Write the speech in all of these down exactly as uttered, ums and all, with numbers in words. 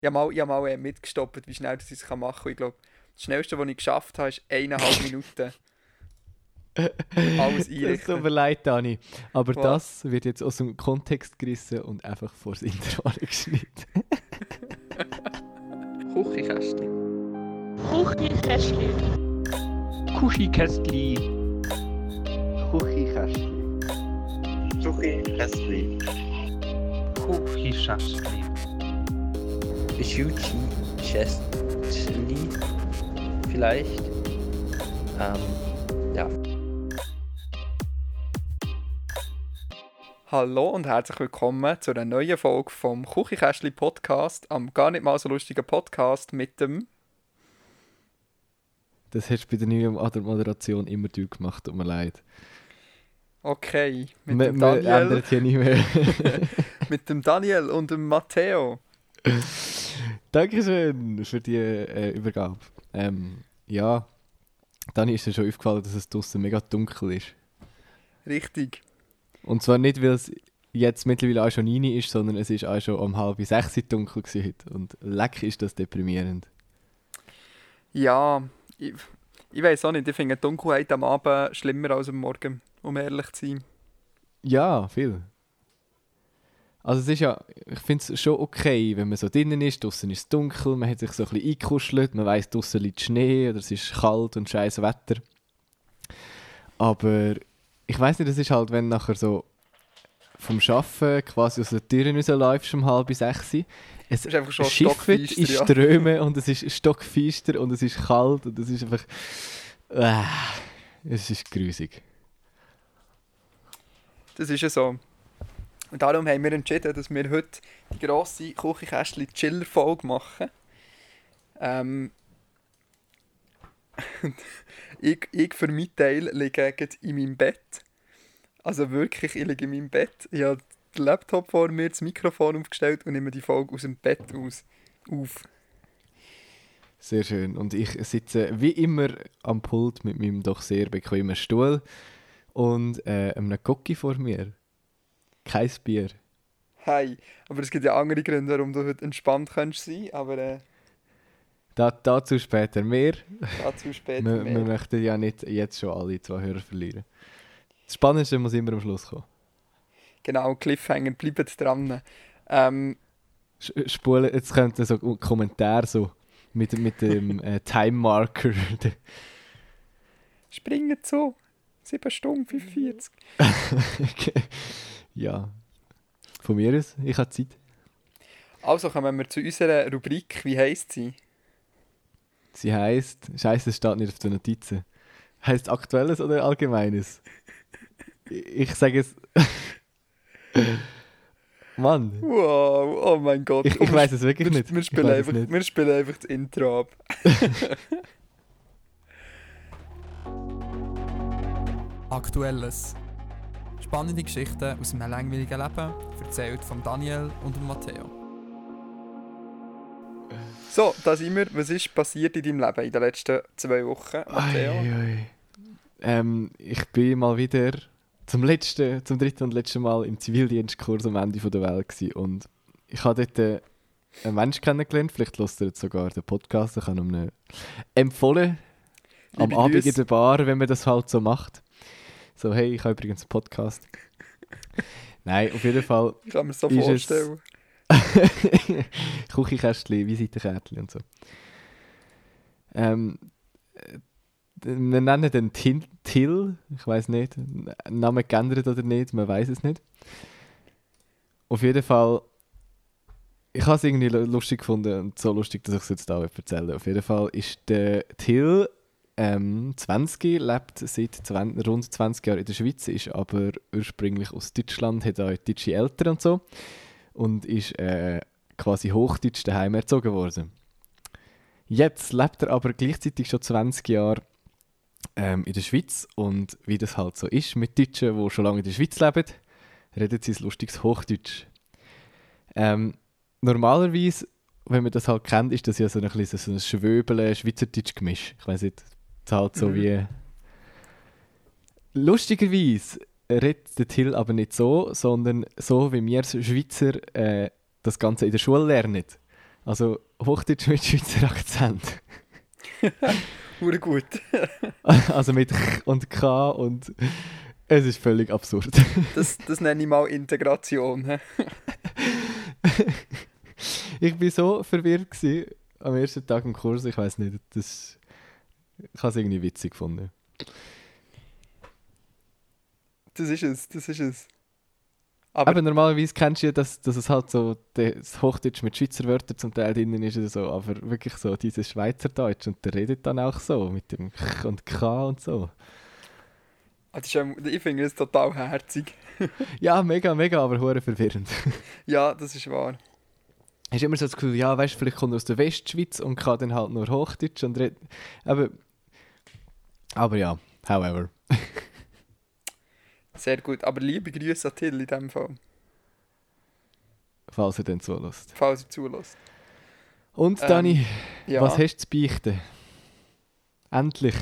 Ich habe mal, ich hab mal äh, mitgestoppt, wie schnell das ich es machen kann. Ich glaube, das Schnellste, was ich geschafft habe, ist eineinhalb Minuten. Alles Das einrichten. tut mir leid, Dani. Aber Was? das wird jetzt aus dem Kontext gerissen und einfach vor das Intro geschnitten. Küchenkästchen. Küchenkästchen. Kuschikästli. Küchenkästchen. Küchenkästchen. Kuschikästli. Küchenkästchen. Vielleicht. Ähm, ja. Hallo und herzlich willkommen zu einer neuen Folge vom Küchenkästchen Podcast, am gar nicht mal so lustigen Podcast mit dem... Das hast du bei der neuen Moderation immer du gemacht, tut mir leid. Okay, mit Man dem man Daniel, ändert hier nicht mehr. mit dem Daniel und dem Matteo. Dankeschön für die äh, Übergabe. Ähm, ja, Dani ist dir schon aufgefallen, dass es draussen mega dunkel ist. Richtig. Und zwar nicht, weil es jetzt mittlerweile auch schon neun ist, sondern es ist auch schon um halb sechs dunkel gewesen heute. Und leck ist das deprimierend. Ja, ich, ich weiß auch nicht, ich finde die Dunkelheit am Abend schlimmer als am Morgen, um ehrlich zu sein. Ja, viel. Also es ist ja, ich finde es schon okay, wenn man so drinnen ist, draussen ist es dunkel, man hat sich so ein bisschen eingekuschelt, man weiss, draussen liegt Schnee oder es ist kalt und scheiß Wetter. Aber ich weiss nicht, das ist halt, wenn du nachher so vom Arbeiten quasi aus der Tür rausläufst um halb sechs, es ist einfach schon schifft in stockfeister, ja. Strömen und es ist stockfeister und es ist kalt und es ist einfach... Äh, es ist grusig. Das ist ja so. Und darum haben wir entschieden, dass wir heute die grosse Küchenkästchen-Chiller-Folge machen. Ähm, ich, ich für meinen Teil liege gerade in meinem Bett. Also wirklich, ich liege in meinem Bett. Ich habe den Laptop vor mir, das Mikrofon aufgestellt und nehme die Folge aus dem Bett aus, auf. Sehr schön. Und ich sitze wie immer am Pult mit meinem doch sehr bequemen Stuhl und äh, einem Cookie vor mir. Kein Bier. Hey, aber es gibt ja andere Gründe, warum du heute entspannt kannst sein, aber äh, Da, dazu später mehr. dazu später Wir, mehr. wir möchten ja nicht jetzt schon alle zwei Hörer verlieren. Das Spannendste muss immer am Schluss kommen. Genau, Cliffhanger, bleibt dran. Ähm, Sch- Spulen, jetzt könnte so ein Kommentar so mit, mit dem äh, Time Marker. springen zu. sieben Stunden fünfundvierzig. Ja. Von mir aus, ich habe Zeit. Also kommen wir zu unserer Rubrik. Wie heisst sie? Sie heisst, Scheiße, es steht nicht auf den Notizen. Heisst Aktuelles oder Allgemeines? Ich, ich sage es. Mann, Wow, oh mein Gott. ich, Komm, ich weiß es wirklich wir, nicht. Wir Ich spielen, weiss es einfach, nicht. wir spielen einfach das Intro ab. Aktuelles. Spannende Geschichten aus einem langweiligen Leben, erzählt von Daniel und dem Matteo. So, da sind wir. Was ist passiert in deinem Leben in den letzten zwei Wochen, Matteo? Ei, ei. Ähm, ich bin mal wieder zum letzten, zum dritten und letzten Mal im Zivildienstkurs am Ende der Welt gewesen. Und ich habe dort äh, einen Menschen kennengelernt, vielleicht hört ihr jetzt sogar den Podcast, ich habe ihm empfohlen, am Liebe Abend in Grüße. der Bar, wenn man das halt so macht. So, hey, ich habe übrigens einen Podcast. Nein, auf jeden Fall Ich kann mir so Ist es- vorstellen. Küchenkästchen, Visitenkärtchen und so. Ähm, äh, wir nennen den Tin- Till, ich weiß nicht, Name geändert oder nicht, man weiß es nicht. Auf jeden Fall, ich habe es irgendwie lu- lustig gefunden und so lustig, dass ich es jetzt auch erzähle. Auf jeden Fall ist der Till ähm, zwanzig, lebt seit zwanzig, rund zwanzig Jahren in der Schweiz, ist aber ursprünglich aus Deutschland, hat auch deutsche Eltern und so und ist äh, quasi Hochdeutsch daheim erzogen worden. Jetzt lebt er aber gleichzeitig schon zwanzig Jahre ähm, in der Schweiz und wie das halt so ist mit Deutschen, die schon lange in der Schweiz leben, redet sie ein lustiges Hochdeutsch. Ähm, normalerweise, wenn man das halt kennt, ist das ja so ein, bisschen so ein Schwöbele, Schweizerdeutsch-Gemisch. Ich weiss nicht, das halt so Mhm. wie... Lustigerweise redet der Till aber nicht so, sondern so, wie wir als Schweizer äh, das Ganze in der Schule lernen. Also Hochdeutsch mit Schweizer Akzent. Hure gut. Also mit Ch und K und es ist völlig absurd. Das, das nenne ich mal Integration. He? Ich war so verwirrt gewesen, am ersten Tag im Kurs, ich weiß nicht, das, ich habe es irgendwie witzig gefunden. Das ist es, das ist es. Aber, Aber normalerweise kennst du ja, dass, dass es halt so das Hochdeutsch mit Schweizer Wörtern zum Teil drin ist oder so, aber wirklich so dieses Schweizerdeutsch und der redet dann auch so mit dem Ch und K und so. das ist, ja- ich finde es total herzig. Ja, mega, mega, aber hure verwirrend. Ja, das ist wahr. Hast immer so das Gefühl, ja, weißt du, vielleicht kommt er aus der Westschweiz und kann dann halt nur Hochdeutsch und redet. Aber, aber ja, however. Sehr gut. Aber liebe Grüße an Till in diesem Fall, Falls er dann zulässt. falls er zulässt. Und Ähm, Dani, Ja. was hast du zu beichten? Endlich.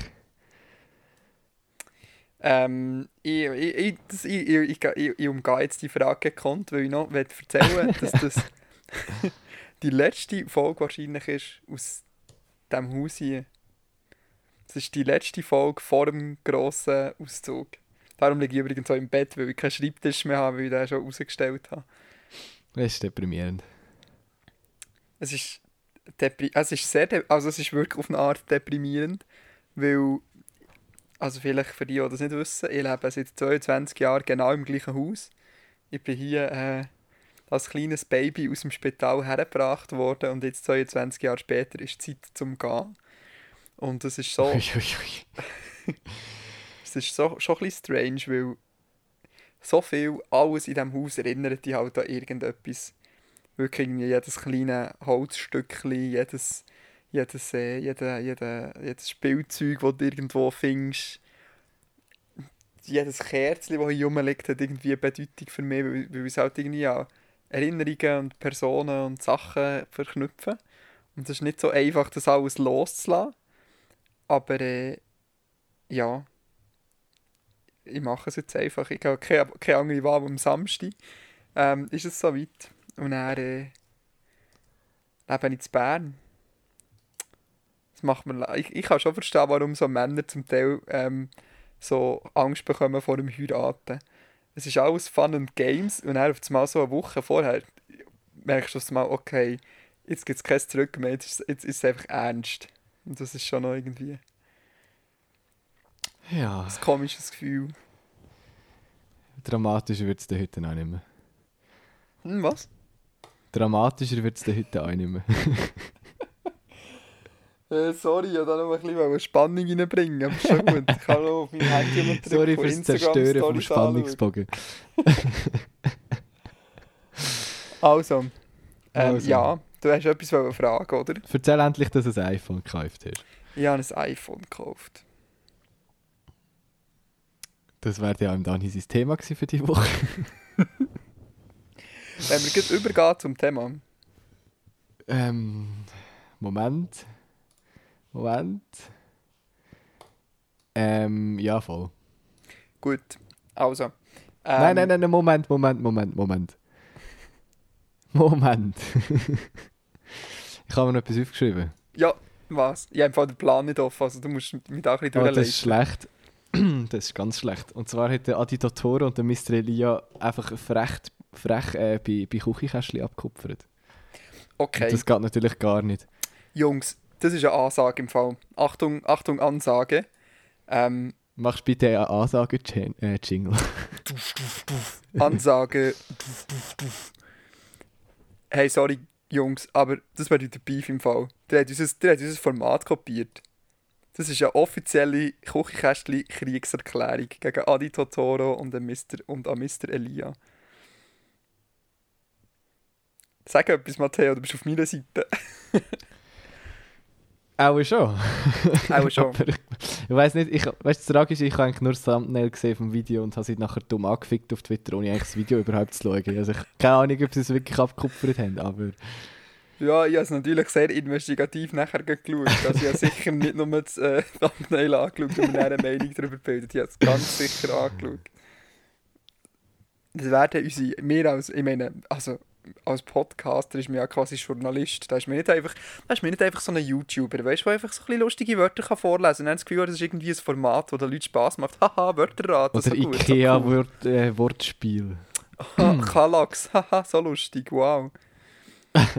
Ähm, ich, ich, ich, das, ich, ich, ich, ich umgehe jetzt die Frage gekonnt, weil ich noch erzählen möchte, dass das die letzte Folge wahrscheinlich ist aus diesem Haus hier. Das ist die letzte Folge vor dem grossen Auszug. Darum liege ich übrigens auch im Bett, weil ich keinen Schreibtisch mehr habe, weil ich den schon rausgestellt habe. Das ist deprimierend. Es ist, depri es ist sehr, de also es ist wirklich auf eine Art deprimierend, weil, also vielleicht für die, die das nicht wissen, ich lebe seit zweiundzwanzig Jahren genau im gleichen Haus. Ich bin hier äh, als kleines Baby aus dem Spital hergebracht worden und jetzt zweiundzwanzig Jahre später ist Zeit zum Gehen. Und das ist so, Ui, ui, ui. es ist so, schon ein bisschen strange, weil so viel, alles in diesem Haus erinnert dich halt an irgendetwas. Wirklich irgendwie jedes kleine Holzstückchen, jedes, jedes, äh, jede, jede, jedes Spielzeug, das du irgendwo findest. Jedes Kerzchen, das hier rumliegt, hat irgendwie eine Bedeutung für mich, weil, weil es halt irgendwie an Erinnerungen und Personen und Sachen verknüpfen. Und es ist nicht so einfach, das alles loszulassen. Aber äh, ja, ich mache es jetzt einfach. Ich habe keine, keine andere Wahl. Am Samstag ähm, ist es soweit. Und dann äh, lebe ich in Bern. Das macht mir le- ich, ich kann schon verstehen, warum so Männer zum Teil ähm, so Angst bekommen vor dem Heiraten. Es ist alles Fun und Games und dann auf einmal so eine Woche vorher merkst du auf einmal, okay, jetzt gibt es kein Zurück mehr, jetzt ist, jetzt ist es einfach ernst. Und das ist schon noch irgendwie Ja, ein komisches Gefühl. dramatischer wird es dann heute auch nicht mehr. Hm, was? Dramatischer wird es dann heute auch nicht mehr. Äh, sorry, ich wollte da noch ein bisschen Spannung reinbringen, aber schon gut. Ich kann noch auf mein Handy mal drücken, Sorry von fürs Instagram Zerstören vom Stories Spannungsbogen. anschauen. Also, ähm, Also. ja, du hast etwas wollen fragen, oder? Erzähl endlich, dass du ein iPhone gekauft hast. Ich habe ein iPhone gekauft. Das wäre ja im Dani sein Thema gewesen für die Woche. Wenn wir gleich übergehen zum Thema. Ähm, Moment. Moment. Ähm, ja, voll. Gut, also. Ähm, Nein, nein, nein, nein, Moment, Moment, Moment, Moment. Moment. Ich habe mir noch etwas aufgeschrieben. Ja, was? Ich habe einfach den Plan nicht offen, also du musst mich da ein bisschen Oh, das durchleiten. ist schlecht. Das ist ganz schlecht. Und zwar hat der Adi Dottore und der Mister Elia einfach frech, frech äh, bei, bei Küchenkästchen abgekupfert. Okay, Und das geht natürlich gar nicht. Jungs, das ist eine Ansage im Fall. Achtung, Achtung, Ansage. Ähm, Machst bitte eine Ansage-Jingle. Ansage. Hey, sorry, Jungs, aber das wäre der Beef im Fall. Der hat unser, der hat unser Format kopiert. Das ist eine offizielle Küchenkästchen-Kriegserklärung gegen Adi Totoro und an Mister und an Mister Elia. Sag etwas, Matteo, du bist auf meiner Seite. Auch schon. Auch schon. Aber ich ich weiss nicht, ich, weißt, das Tragische ist, ich habe eigentlich nur das Thumbnail gesehen vom Video und habe sie nachher dumm angefickt auf Twitter, ohne eigentlich das Video überhaupt zu schauen. Also ich habe keine Ahnung, ob sie es wirklich abgekupfert haben, aber... Ja, ich habe es natürlich sehr investigativ nachher geschaut. Also ich habe sicher nicht nur das äh, Thumbnail angeschaut und mir eine Meinung darüber gebildet. Ich habe es ganz sicher angeschaut. Das werden unsere, wir als, ich meine, also als Podcaster ist man ja quasi Journalist. Da ist man nicht einfach, da ist man nicht einfach so ein YouTuber, weißt du, der einfach so ein bisschen lustige Wörter kann vorlesen kann. Und dann das Gefühl, das ist irgendwie ein Format, das den Leuten Spass macht. Haha, Wörterrat, das Oder ist so gut. Ikea so cool. Wort, äh, Wortspiel. Ah, Kallax, haha, so lustig, wow. Hast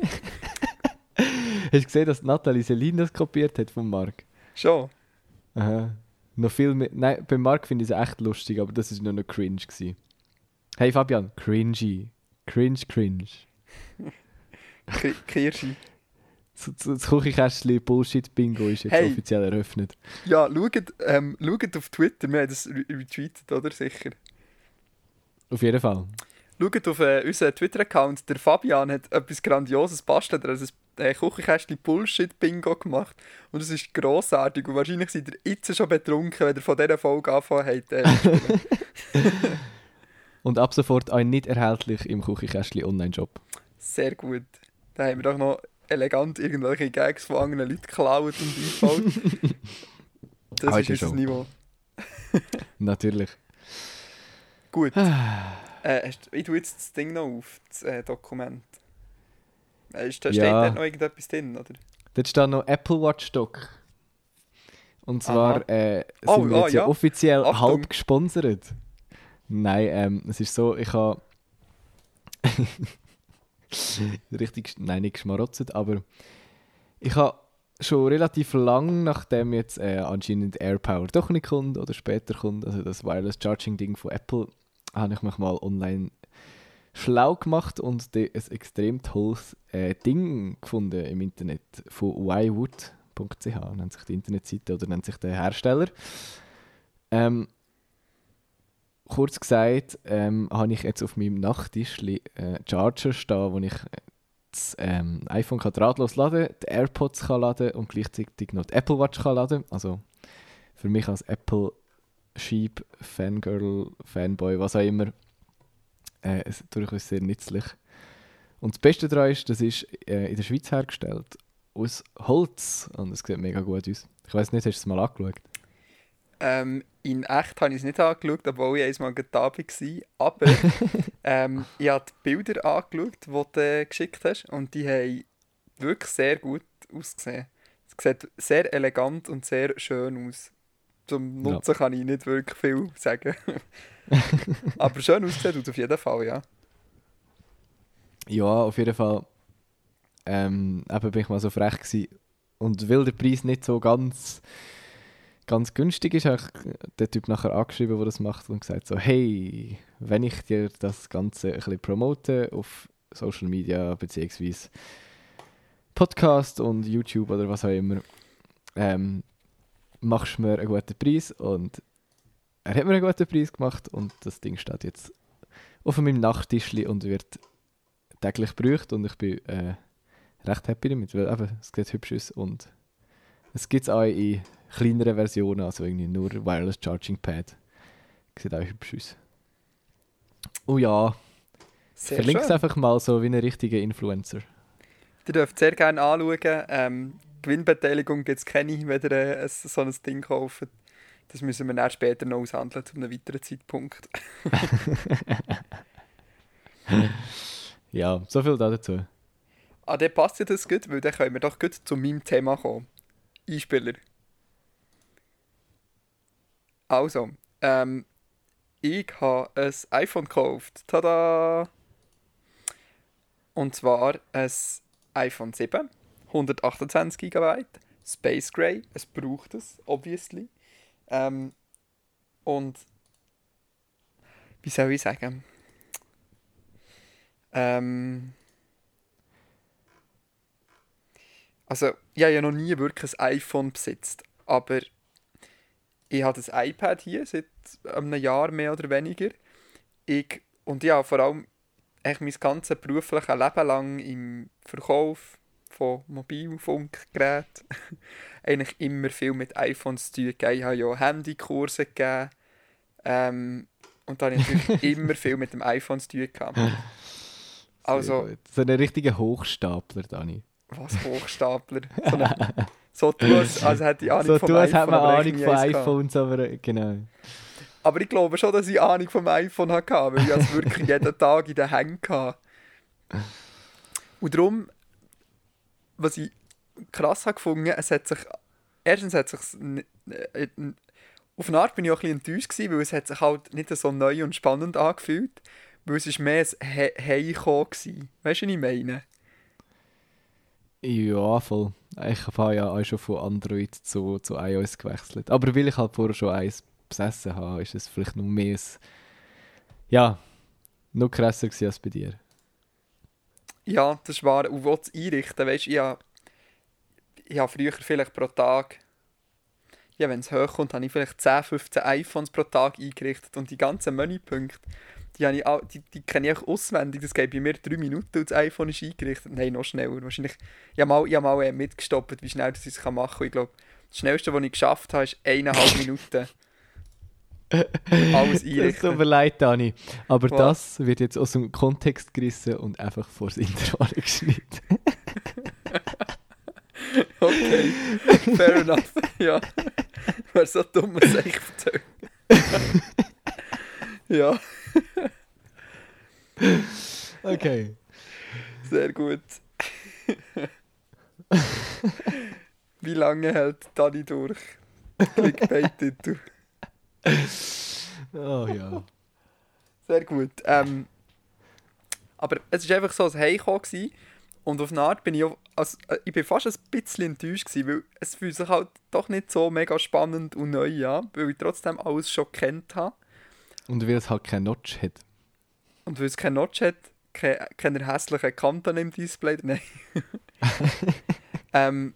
du gesehen, dass Nathalie Selin das kopiert hat von Marc? Schon. Aha. Noch viel mehr. Nein, bei Marc finde ich es echt lustig, aber das war noch nicht cringe gewesen. Hey Fabian, cringy. Cringe, cringe. K- Kirschi. Das, das Küchenkästchen Bullshit-Bingo ist jetzt Hey. offiziell eröffnet. Ja, schaut, ähm, schaut auf Twitter, wir haben das re- retweetet, oder? Sicher. Auf jeden Fall. Schaut auf äh, unseren Twitter-Account, der Fabian hat etwas Grandioses bastelt, er hat ein äh, Küchenkästchen Bullshit-Bingo gemacht und es ist grossartig und wahrscheinlich seid ihr jetzt schon betrunken, wenn ihr von dieser Folge angefangen habt. Äh, zu spielen. Und ab sofort auch nicht erhältlich im Küchenkästchen Online-Shop. Sehr gut. Da haben wir doch noch elegant irgendwelche Gags von anderen Leuten geklaut und eingebaut. Das Heute ist unser schon. Niveau. Natürlich. Gut. äh, hast, ich tue jetzt das Ding noch auf, das äh, Dokument. Äh, ist, da steht Ja. da noch irgendetwas drin, oder? Dort steht noch Apple Watch Dock. Und zwar Aha. äh, sind Oh, wir ah, jetzt ja ja. offiziell Achtung. halb gesponsert. Nein, ähm, es ist so, ich habe richtig, nein, nicht geschmarotzt, aber ich habe schon relativ lang, nachdem jetzt äh, anscheinend AirPower doch nicht kommt oder später kommt, also das Wireless Charging Ding von Apple, habe ich mich mal online schlau gemacht und de- ein extrem tolles äh, Ding gefunden im Internet von ywood punkt c h, nennt sich die Internetseite oder nennt sich der Hersteller. Ähm, kurz gesagt, ähm, habe ich jetzt auf meinem Nachttisch äh, Charger stehen, wo ich das ähm, iPhone kann drahtlos laden, die AirPods kann laden und gleichzeitig noch die Apple Watch kann laden. Also für mich als Apple Sheep, Fangirl, Fanboy, was auch immer, äh, es ist durchaus sehr nützlich. Und das Beste daran ist, das ist äh, in der Schweiz hergestellt, aus Holz. Und es sieht mega gut aus. Ich weiss nicht, hast du es mal angeschaut? Ähm, in echt habe ich es nicht angeschaut, obwohl ich einmal da war. Aber ähm, ich habe die Bilder angeschaut, die du geschickt hast. Und die haben wirklich sehr gut ausgesehen. Es sieht sehr elegant und sehr schön aus. Zum Nutzen kann ich nicht wirklich viel sagen. Aber schön aussehen tut auf jeden Fall, ja. Ja, auf jeden Fall. Ähm, eben bin ich mal so frech gewesen. Und weil der Preis nicht so ganz, ganz günstig ist, habe ich den Typ nachher angeschrieben, der das macht und gesagt so, hey, wenn ich dir das Ganze ein bisschen promote auf Social Media beziehungsweise Podcast und YouTube oder was auch immer, ähm, machst du mir einen guten Preis. Und er hat mir einen guten Preis gemacht und das Ding steht jetzt auf meinem Nachttischli und wird täglich gebraucht und ich bin äh, recht happy damit, weil eben, es sieht hübsch aus und es gibt es auch in kleineren Versionen, also irgendwie nur Wireless Charging Pad. Sieht auch hübsch aus. Oh ja, Sehr verlinke es schön. einfach mal so wie ein richtiger Influencer. Ihr dürft sehr gerne anschauen. Ähm, Gewinnbeteiligung gibt es keine, wenn ihr äh, ein- so ein Ding kauft. Das müssen wir dann später noch aushandeln, zu einem weiteren Zeitpunkt. Ja, so viel dazu. Ah, dann passt ja das gut, weil dann können wir doch gut zu meinem Thema kommen. Einspieler. Also, ähm, ich habe ein iPhone gekauft. Tada! Und zwar ein iPhone sieben, hundertachtundzwanzig Gigabyte, Space Gray. Es braucht es, obviously. Ähm, und wie soll ich sagen? Ähm, also, ich habe ja noch nie wirklich ein iPhone besitzt, aber ich habe das iPad hier seit einem Jahr mehr oder weniger. Ich, und ich habe vor allem eigentlich mein ganzes berufliches Leben lang im Verkauf von Mobilfunkgeräten eigentlich immer viel mit iPhones zu tun gegeben. Ich habe ja Handykurse gegeben. Ähm, und da habe ich natürlich immer viel mit dem iPhone zu tun gehabt. Also, Sehr gut. So ein richtiger Hochstapler, Dani. was Hochstapler? So, eine, so du, als, als hätte ich Ahnung So vom du, als iPhone. hat man aber Ahnung ich nie von eins gehabt. iPhones, aber äh, genau. Aber ich glaube schon, dass ich Ahnung vom iPhone hatte, weil ich es wirklich jeden Tag in den Händen hatte. Und darum, was ich krass habe gefunden, es hat sich, erstens hat sich äh, auf eine Art bin ich auch ein bisschen enttäuscht gewesen, weil es hat sich halt nicht so neu und spannend angefühlt, weil es ist mehr ein He Heimkommen war. Weißt du, was ich meine? Ja, voll. Ich habe ja auch schon von Android zu, zu iOS gewechselt. Aber weil ich halt vorher schon eins besessen habe, ist es vielleicht noch mehr ein, ja, noch krasser gewesen als bei dir. Ja, das war, und wo zu einrichten, weißt du, ich habe, ich habe früher vielleicht pro Tag, ja, wenn es hochkommt, habe ich vielleicht zehn, fünfzehn iPhones pro Tag eingerichtet und die ganzen Menüpunkte, die, habe ich auch, die, die kenne ich auch auswendig, das geht bei mir drei Minuten und das iPhone ist eingerichtet. Nein, noch schneller, wahrscheinlich. Ich habe mal, ich habe mal mitgestoppt, wie schnell das ich es machen kann. Ich glaube, das Schnellste, was ich geschafft habe, ist eineinhalb Minuten. Alles einrichten. Es tut mir leid, Dani. Aber Was? das wird jetzt aus dem Kontext gerissen und einfach vor das Intro geschnitten. Okay, fair enough. Ja, wäre so dumm, was ich erzähle. Ja, Okay. sehr gut. Wie lange hält Dani durch? Clickbait-Titel. Oh ja. Sehr gut. Ähm, aber es war einfach so ein Heimkommen gewesen. Und auf eine Art bin ich auch, also, äh, ich bin fast ein bisschen enttäuscht gewesen, weil es fühlt sich halt doch nicht so mega spannend und neu an, weil ich trotzdem alles schon kennt habe. Und weil es halt kein Notch hat. Und weil es kein Notch hat, keine, keine hässlichen Kanten im Display, nein. ähm,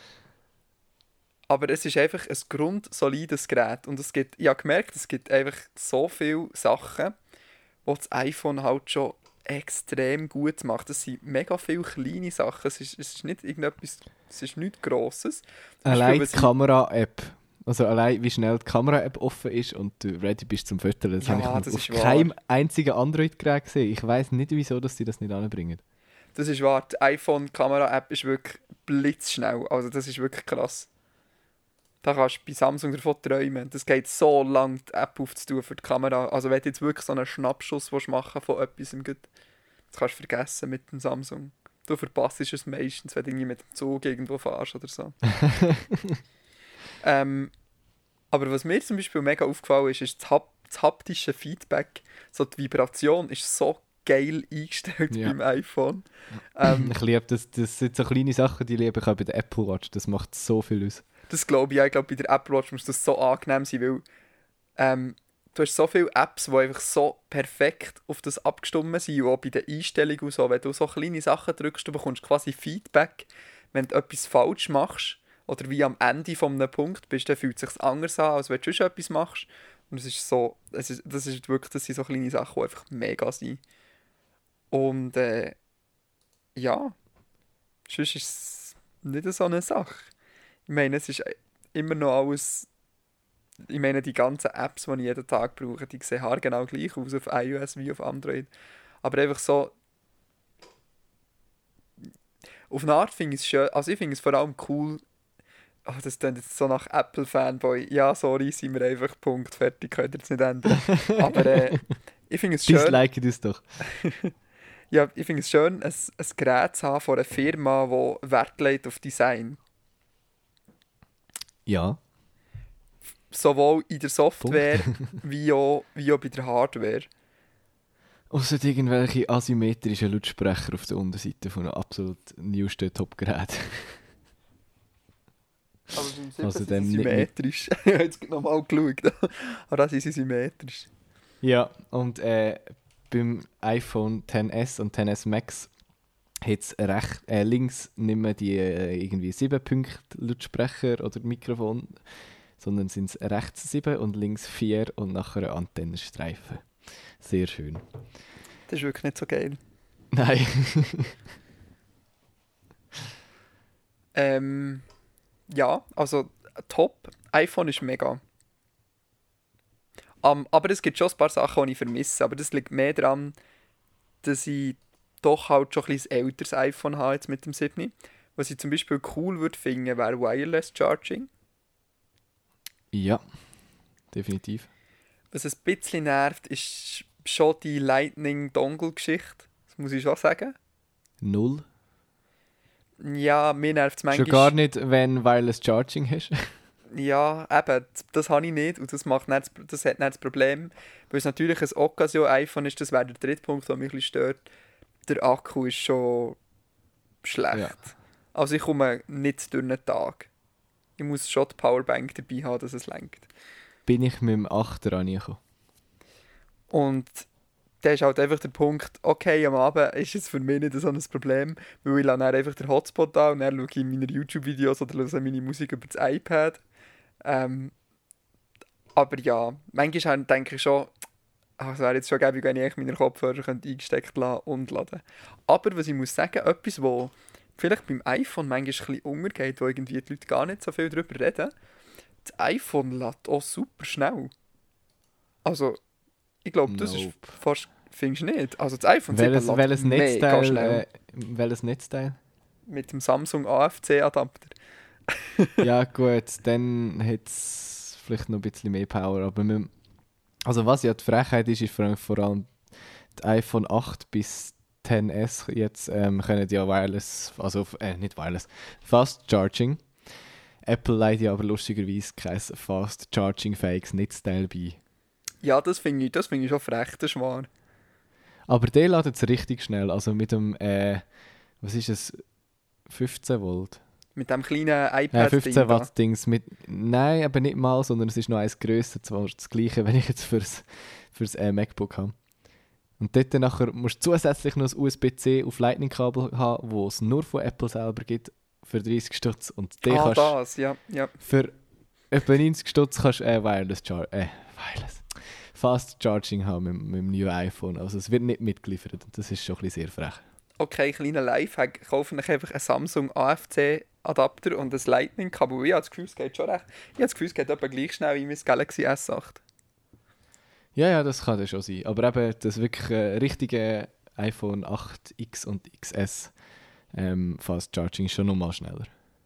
aber es ist einfach ein grundsolides Gerät. Und es gibt, ich habe gemerkt, es gibt einfach so viele Sachen, die das iPhone halt schon extrem gut macht. Das sind mega viele kleine Sachen. Es ist, es ist nicht irgendetwas, es ist nichts Grosses. Zum Allein Beispiel, die Kamera-App. Also allein wie schnell die Kamera-App offen ist und du ready bist zum Fotografieren. Das Ja, habe ich noch das auf ist wahr. keinem einzigen Android-Gerät gesehen. Ich weiss nicht, wieso dass sie das nicht anbringen. Das ist wahr. Die iPhone-Kamera-App ist wirklich blitzschnell. Also das ist wirklich krass. Da kannst du bei Samsung davon träumen. Das geht so lang, die App aufzutun für die Kamera. Also wenn du jetzt wirklich so einen Schnappschuss machen willst von etwas, das kannst du vergessen mit dem Samsung. Du verpasst es meistens, wenn du irgendwie mit dem Zug irgendwo fährst oder so. ähm, aber was mir zum Beispiel mega aufgefallen ist, ist das, Hap das haptische Feedback. So die Vibration ist so geil eingestellt Ja. beim iPhone. Ähm, Ich liebe das. Das sind so kleine Sachen, die liebe ich auch bei der Apple Watch. Das macht so viel aus. Das glaube ich auch. Ich glaube, bei der Apple Watch muss das so angenehm sein, weil ähm, du hast so viele Apps, die einfach so perfekt auf das abgestimmt sind. Und auch bei den Einstellungen und so. Wenn du so kleine Sachen drückst, du bekommst quasi Feedback. Wenn du etwas falsch machst oder wie am Ende von einem Punkt bist, dann fühlt es sich anders an, als wenn du schon etwas machst. Und es ist so, es ist, das ist wirklich, das sind so kleine Sachen, die einfach mega sind. Und äh, ja, sonst ist es nicht so eine Sache. Ich meine, es ist immer noch alles. Ich meine, die ganzen Apps, die ich jeden Tag brauche, die sehen haargenau gleich aus auf iOS wie auf Android. Aber einfach so. Auf eine Art finde ich es schön. Also, ich finde es vor allem cool. Oh, das klingt jetzt so nach Apple-Fanboy. Ja, sorry, sind wir einfach Punkt. Fertig, könnt ihr es nicht ändern. Aber äh, ich finde es schön. Dislike das doch. Ja, ich finde es schön, ein, ein Gerät zu haben von einer Firma, die Wert legt auf Design. Ja. Sowohl in der Software wie auch, wie auch bei der Hardware. Außer irgendwelche asymmetrischen Lautsprecher auf der Unterseite von einem absolut neuesten Top-Gerät. Aber beim sieben Also sind dann sie nicht- symmetrisch. Ich habe jetzt nochmal geschaut. Aber da sind sie symmetrisch. Ja, und äh, beim iPhone X S und X S Max hat es recht, äh, links nicht mehr die äh, irgendwie sieben Punkte Lautsprecher oder Mikrofon, sondern sind es rechts sieben und links vier und nachher ein Antennenstreifen. Sehr schön. Das ist wirklich nicht so geil. Nein. Ähm, ja, also top. iPhone ist mega. Um, aber es gibt schon ein paar Sachen, die ich vermisse. Aber das liegt mehr daran, dass ich doch halt schon ein bisschen ein älteres iPhone habe jetzt mit dem sieben. Was ich zum Beispiel cool würde finden, wäre Wireless Charging. Ja, definitiv. Was ein bisschen nervt, ist schon die Lightning-Dongle-Geschichte. muss ich schon sagen. Null. Ja, mir nervt es manchmal. Schon gar nicht, wenn Wireless Charging hast. Ja, eben, das habe ich nicht und das, macht nicht, das hat nicht das Problem. Weil es natürlich ein Occasion-iPhone ist, das wäre der dritte Punkt, der mich ein bisschen stört. Der Akku ist schon schlecht. Ja. Also ich komme nicht durch einen Tag. Ich muss schon die Powerbank dabei haben, dass es lenkt. Bin ich mit dem achter angekommen. Und da ist halt einfach der Punkt, okay, am Abend ist es für mich nicht so ein Problem, weil ich lasse dann einfach den Hotspot an und dann schaue ich meine YouTube-Videos oder höre meine Musik über das iPad. Ähm, aber ja, manchmal denke ich schon, ach, es wäre jetzt schon gäbig, wenn ich meine Kopfhörer eingesteckt lassen und laden. Aber was ich muss sagen, etwas, wo vielleicht beim iPhone manchmal ein bisschen untergeht, wo irgendwie die Leute gar nicht so viel darüber reden, das iPhone lädt auch super schnell. Also, ich glaube, das Nope. ist fast, findest du nicht? Also das iPhone Welches, sieben welches lädt mega Netzteil? schnell. Äh, welches Netzteil? Mit dem Samsung A F C-Adapter. Ja gut, dann hat es vielleicht noch ein bisschen mehr Power. Aber mit, also was ja die Frechheit ist, ist vor allem, vor allem die iPhone acht bis X S jetzt ähm, können ja Wireless, also äh, nicht Wireless, Fast Charging. Apple leitet ja aber lustigerweise kein Fast Charging fähiges Netzteil bei. Ja, das finde ich, das find ich schon frech, das ist wahr. Aber der ladet es richtig schnell, also mit dem, äh, was ist es, fünfzehn Volt? Mit dem kleinen Äh, iPad-Ding fünfzehn da. Watt Dings mit, nein, aber nicht mal, sondern es ist noch eins grösser, zwar das gleiche, wenn ich jetzt fürs, fürs äh, MacBook habe. Und dort nachher musst du zusätzlich noch ein U S B C auf Lightning-Kabel haben, wo es nur von Apple selber gibt, für dreißig Stutz. Und den Ah, kannst das, ja, ja. für etwa neunzig Stutz kannst du äh, Wireless Char äh, Wireless. Fast Charging haben mit, mit dem neuen iPhone. Also es wird nicht mitgeliefert und das ist schon ein bisschen sehr frech. Okay, kleiner Lifehack. Kaufen euch einfach einen Samsung A F C-Adapter und ein Lightning-Kabel. Ich habe das Gefühl, es geht schon recht. Ich habe das Gefühl, es geht etwa gleich schnell wie mein Galaxy S acht. Ja, ja, das kann ja schon sein. Aber eben das wirklich äh, richtige iPhone acht X und X S ähm, Fast Charging ist schon nochmal schneller.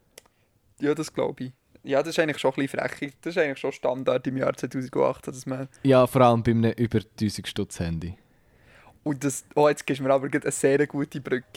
Ja, das glaube ich. Ja, das ist eigentlich schon ein bisschen frech. Das ist eigentlich schon Standard im Jahr zweitausendachtzehn, dass man... Ja, vor allem bei einem über tausend Stutz Handy. Und das... Oh, jetzt gibst du mir aber gerade eine sehr gute Brücke.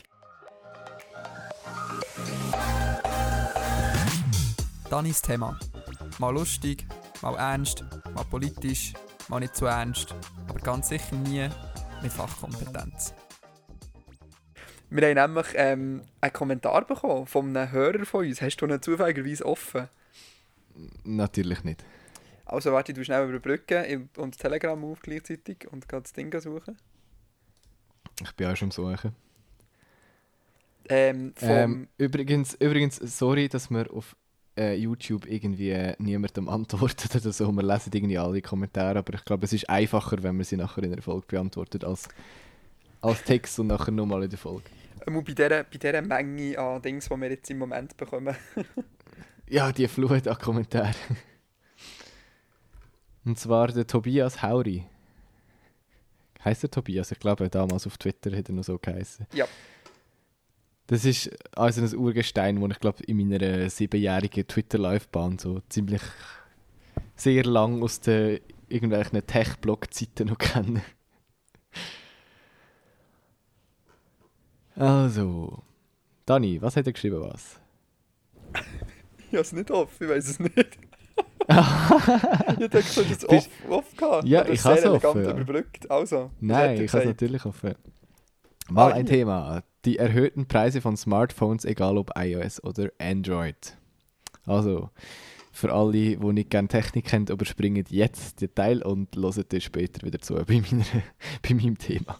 Danis Thema. Mal lustig, mal ernst, mal politisch, mal nicht zu ernst, aber ganz sicher nie mit Fachkompetenz. Wir haben nämlich ähm, einen Kommentar bekommen von einem Hörer von uns. Hast du ihn zufälligerweise offen? Natürlich nicht. Also warte, du schnell überbrücken und das Telegram auf gleichzeitig und gerade das Ding suchen. Ich bin auch schon am Suchen. Ähm, vom... Ähm, übrigens, übrigens, sorry, dass wir auf äh, YouTube irgendwie äh, niemandem antworten oder so. Wir lesen irgendwie alle Kommentare, aber ich glaube, es ist einfacher, wenn man sie nachher in der Folge beantwortet, als, als Text und nachher nochmal in der Folge. Ähm, bei dieser, bei dieser Menge an Dings, die wir jetzt im Moment bekommen. Ja, die Flut an Kommentaren. Und zwar der Tobias Hauri. Heißt der Tobias? Ich glaube, damals auf Twitter hat er noch so geheißen. Ja. Das ist also ein Urgestein, das ich glaube in meiner siebenjährigen Twitter-Laufbahn so ziemlich sehr lang aus den irgendwelchen Tech-Blog-Zeiten noch kenne. Also, Dani, was hat er geschrieben, was? Ich habe es nicht offen, ich weiß es nicht. Ich dachte, du hast es off, off gehabt. Ja, Oder ich sehr habe es elegant offen, ja. überbrückt. Also, was hat Nein, er ich habe es gesagt? natürlich offen. Mal Ah, ein hier. Thema. Die erhöhten Preise von Smartphones, egal ob iOS oder Android. Also, für alle, die nicht gerne Technik kennen, überspringen jetzt den Teil und hören dann später wieder zu bei, meiner, bei meinem Thema.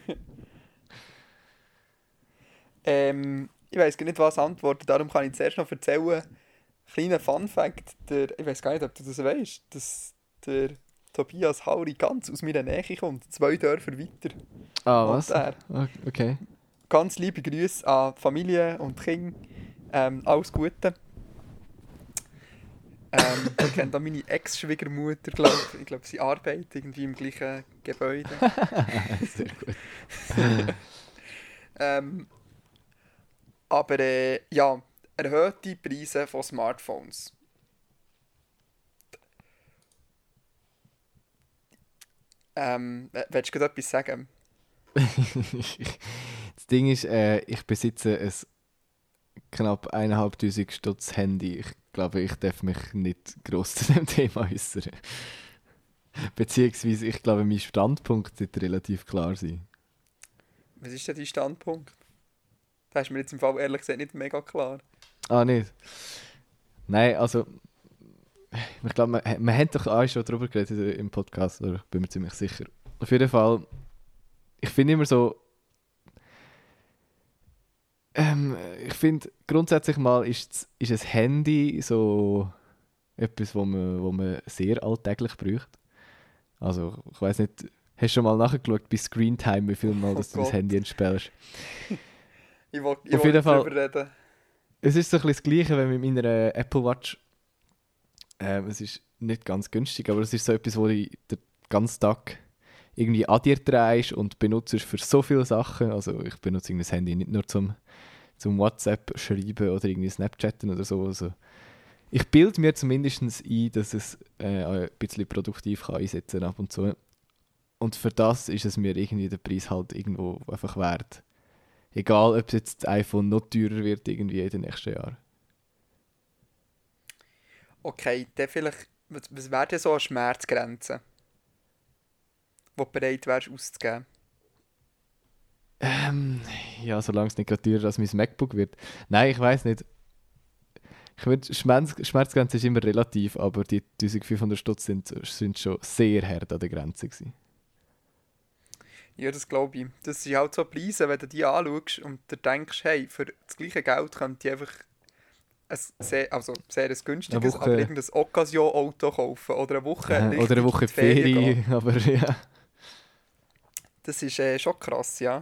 Ähm, ich weiß gar nicht, was antworten, darum kann ich zuerst noch erzählen. Kleiner Fun-Fact, der, ich weiß gar nicht, ob du das weißt, dass der Tobias Hauri ganz aus meiner Nähe kommt, zwei Dörfer weiter. Ah, wohnt was? er. Okay. Ganz liebe Grüße an die Familie und die Kinder. Ähm, alles Gute. Ähm, ich kenne da meine Ex-Schwiegermutter, glaube ich. Ich glaube, sie arbeitet irgendwie im gleichen Gebäude. Sehr gut. ähm, aber äh, ja, erhöhte Preise von Smartphones. Ähm, w- willst du gerade etwas sagen? Das Ding ist, äh, ich besitze ein knapp eineinhalbtausend Stutz Handy. Ich glaube, ich darf mich nicht gross zu dem Thema äußern. Beziehungsweise, ich glaube, mein Standpunkt wird relativ klar sein. Was ist denn dein Standpunkt? Das ist mir jetzt im Fall ehrlich gesagt nicht mega klar. Ah, nicht? Nein, also... Ich glaube, wir, wir haben doch auch schon darüber geredet im Podcast, oder? Ich bin mir ziemlich sicher. Auf jeden Fall, ich finde immer so... Ähm, ich finde, grundsätzlich mal ist, ist ein Handy so etwas, wo man, wo man sehr alltäglich braucht. Also, ich weiss nicht, hast du schon mal nachgeschaut bei Screentime, wie viel Mal Oh dass du das Gott. Handy entspellst? Ich will, ich Auf will jeden nicht Fall- drüber reden. Es ist so ein bisschen das Gleiche, wenn mit meiner Apple Watch. Ähm, es ist nicht ganz günstig, aber es ist so etwas, wo du den ganzen Tag irgendwie an dir drehst und benutzt für so viele Sachen. Also ich benutze irgendwie das Handy nicht nur zum, zum WhatsApp schreiben oder irgendwie Snapchatten oder so. Also ich bilde mir zumindest ein, dass es äh, ein bisschen produktiv kann einsetzen ab und zu. Und für das ist es mir irgendwie der Preis halt irgendwo einfach wert. Egal, ob jetzt das iPhone noch teurer wird irgendwie in den nächsten Jahren. Okay, dann vielleicht... Was, was wäre denn so eine Schmerzgrenze? Die du bereit wärst auszugeben? Ähm, ja, solange es nicht gerade teurer als mein MacBook wird. Nein, ich weiß nicht. Ich würde, Schmerz, Schmerzgrenze ist immer relativ, aber die eintausendfünfhundert Stutz sind, sind schon sehr hart an der Grenze gewesen. Ja, das glaube ich. Das sind halt so Preise, wenn du die anschaust und du denkst, hey, für das gleiche Geld könnte ich einfach ein sehr, also sehr ein günstiges, Eine Woche- aber irgendein Occasion-Auto kaufen oder eine Woche Äh, richtig oder eine Woche in die Ferien gehen. Ferien, aber ja. Das ist äh, schon krass, ja.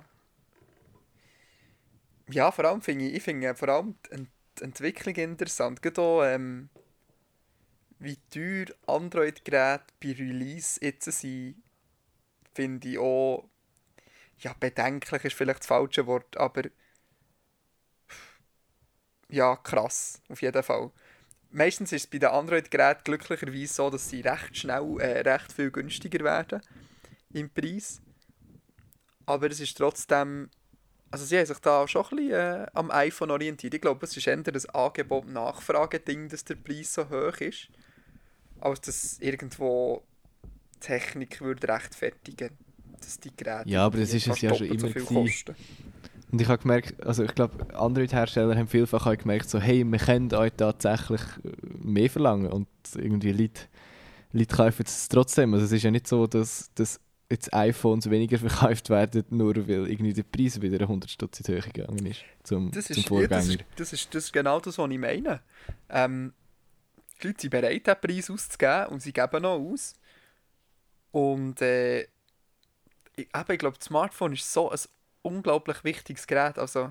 Ja, vor allem finde ich, ich finde vor allem die Ent- die Entwicklung interessant. Gerade auch, ähm, wie teuer Android-Geräte bei Release jetzt sind, finde ich auch, ja, bedenklich ist vielleicht das falsche Wort, aber ja, krass, auf jeden Fall. Meistens ist es bei den Android-Geräten glücklicherweise so, dass sie recht schnell äh, recht viel günstiger werden im Preis. Aber es ist trotzdem, also sie haben sich da schon ein bisschen äh, am iPhone orientiert. Ich glaube, es ist eher ein Angebot-Nachfrage-Ding, dass der Preis so hoch ist, als dass irgendwo die Technik würde rechtfertigen, dass die Geräte Ja, aber das irgendwie ist es fast ja schon doppelt so immer viel gewesen. kosten. Und ich habe gemerkt, also ich glaube, Android-Hersteller haben vielfach auch gemerkt, so, hey, wir können euch tatsächlich äh, mehr verlangen. Und irgendwie Leute, Leute kaufen es trotzdem. Also es ist ja nicht so, dass, dass jetzt iPhones weniger verkauft werden, nur weil irgendwie der Preis wieder hundert Stutz in die Höhe gegangen ist zum, Das zum ist, ja, Vorgänger. das, ist, das, ist, das ist genau das, was ich meine. Ähm, die Leute sind bereit, diesen Preis auszugeben und sie geben noch aus. Und äh, ich, eben, ich glaube, das Smartphone ist so ein unglaublich wichtiges Gerät. Also,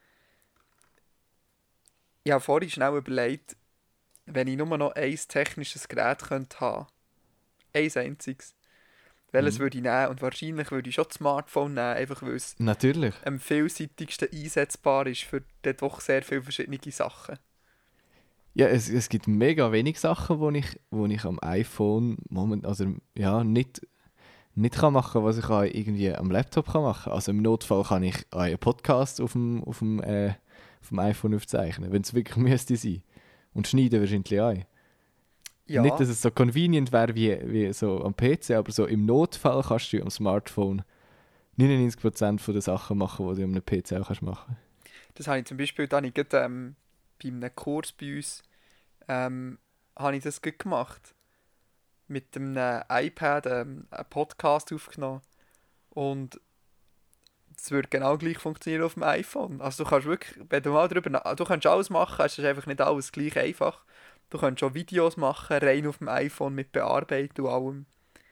ich habe vorhin schnell überlegt, wenn ich nur noch ein technisches Gerät könnte haben, ein einziges, welches Mhm. würde ich nehmen? Und wahrscheinlich würde ich schon das Smartphone nehmen, einfach weil es Natürlich. am vielseitigsten einsetzbar ist für dort doch sehr viele verschiedene Sachen. Ja, es, es gibt mega wenig Sachen, wo ich, wo ich am iPhone moment, also, ja, nicht, nicht kann machen, was ich auch irgendwie am Laptop kann machen. Also im Notfall kann ich auch einen Podcast auf dem, auf dem, äh, auf dem iPhone aufzeichnen, wenn es wirklich müsste sein. Und schneiden wahrscheinlich auch. Ja, Nicht, dass es so convenient wäre wie, wie so am P C, aber so im Notfall kannst du am Smartphone neunundneunzig Prozent der Sachen machen, die du am P C auch kannst machen. das habe ich zum Beispiel dann ich gerade, ähm, bei einem Kurs bei uns ähm, habe ich das gerade gemacht. Mit einem iPad ähm, einen Podcast aufgenommen. Und es würde genau gleich funktionieren auf dem iPhone. Also du kannst wirklich, wenn du mal drüber nach, du kannst alles machen, es ist einfach nicht alles gleich einfach. Du kannst schon Videos machen, rein auf dem iPhone mit Bearbeitung und allem.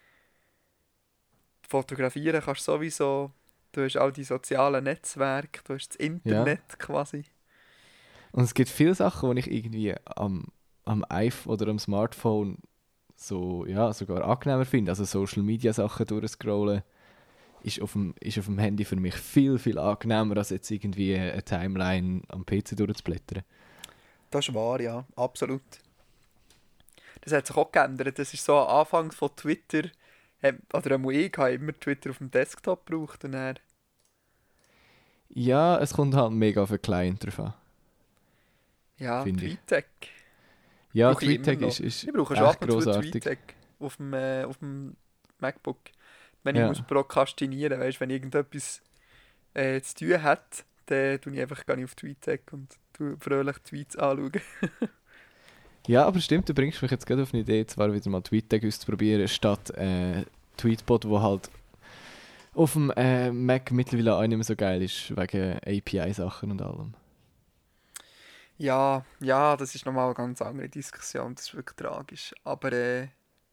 Fotografieren kannst du sowieso. Du hast all die sozialen Netzwerke, du hast das Internet quasi. Und es gibt viele Sachen, die ich irgendwie am, am iPhone oder am Smartphone so, ja, sogar angenehmer finde. Also Social Media Sachen durchscrollen ist auf, dem, ist auf dem Handy für mich viel, viel angenehmer, als jetzt irgendwie eine Timeline am P C durchzublättern. Das ist wahr, ja, absolut. Das hat sich auch geändert. Das ist so am Anfang von Twitter, ähm, oder einmal ich habe immer Twitter auf dem Desktop gebraucht und dann Ja, es kommt halt mega auf den Client drauf an. Ja, Finde ich. TweetDeck. Ja, Brauche ich immer TweetDeck noch. ist, ist Ich brauche schon ab echt und zu grossartig. TweetDeck auf dem, äh, auf dem MacBook. Wenn Ja. ich muss prokrastinieren, weißt, wenn irgendetwas äh, zu tun hat, dann tue ich einfach gar nicht auf TweetDeck und tue fröhlich Tweets anschauen. Ja, aber stimmt, du bringst mich jetzt gerade auf eine Idee, zwar wieder mal TweetDeck auszuprobieren, statt äh, Tweetbot, wo halt auf dem äh, Mac mittlerweile auch nicht mehr so geil ist, wegen A P I-Sachen und allem. Ja, ja, das ist nochmal eine ganz andere Diskussion, das ist wirklich tragisch. Aber äh,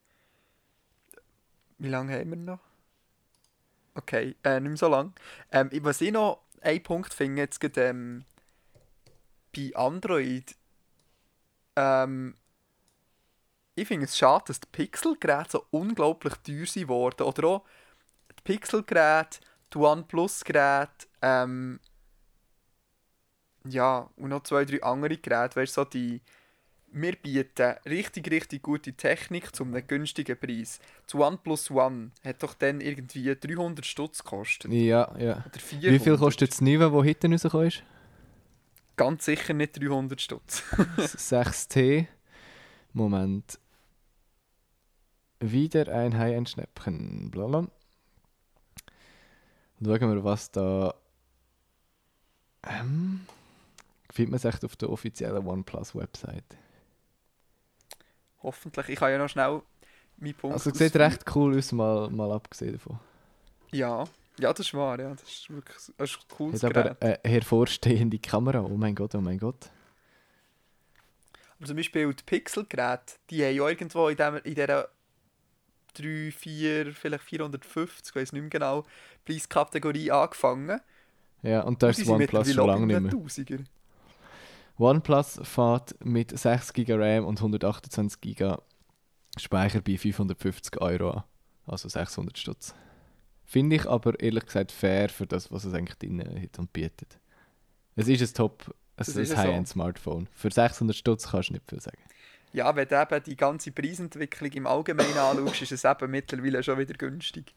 wie lange haben wir noch? Okay, äh, nicht mehr so lang. Ähm, was ich noch einen Punkt finde, jetzt gerade, ähm, bei Android, ähm, ich finde es schade, dass die Pixel-Geräte so unglaublich teuer sind geworden. Oder auch die Pixel-Geräte, die OnePlus-Geräte, ähm, ja, und noch zwei, drei andere Geräte, weißt du, so die... Wir bieten richtig, richtig gute Technik zu einem günstigen Preis. Das OnePlus One hat doch dann irgendwie dreihundert Stutz gekostet. Ja, ja. Oder vierhundert. Wie viel kostet das Neue, das hinten rausgekommen ist? Ganz sicher nicht dreihundert Stutz. sechs T. Moment. Wieder ein High-End-Schnäppchen. Blablabla. Schauen wir, was da... Ähm, findet man es echt auf der offiziellen OnePlus-Website. Hoffentlich. Ich kann ja noch schnell meinen Punkt Also sieht ausführen. recht cool aus, mal, mal abgesehen davon. Ja. Ja, das ist wahr. Ja. Das ist wirklich das ist ein cooles Hat Gerät. aber eine hervorstehende Kamera. Oh mein Gott, oh mein Gott. Aber zum Beispiel die Pixel-Geräte, die haben ja irgendwo in, dem, in dieser drei, vier, vielleicht vierhundertfünfzig, ich weiß nicht mehr genau, Preiskategorie angefangen. Ja, und da Und ist die das sind OnePlus mittlerweile schon auch lange bei nicht einem mehr. Tausiger. OnePlus fährt mit sechs Gigabyte RAM und hundertachtundzwanzig Gigabyte Speicher bei fünfhundertfünfzig Euro an. Also sechshundert Stutz. Finde ich aber ehrlich gesagt fair für das, was es eigentlich drin hat und bietet. Es ist ein Top, es Das ist ist ein so. High-End-Smartphone. Für sechshundert Stutz kannst du nicht viel sagen. Ja, wenn du eben die ganze Preisentwicklung im Allgemeinen anschaust, ist es eben mittlerweile schon wieder günstig.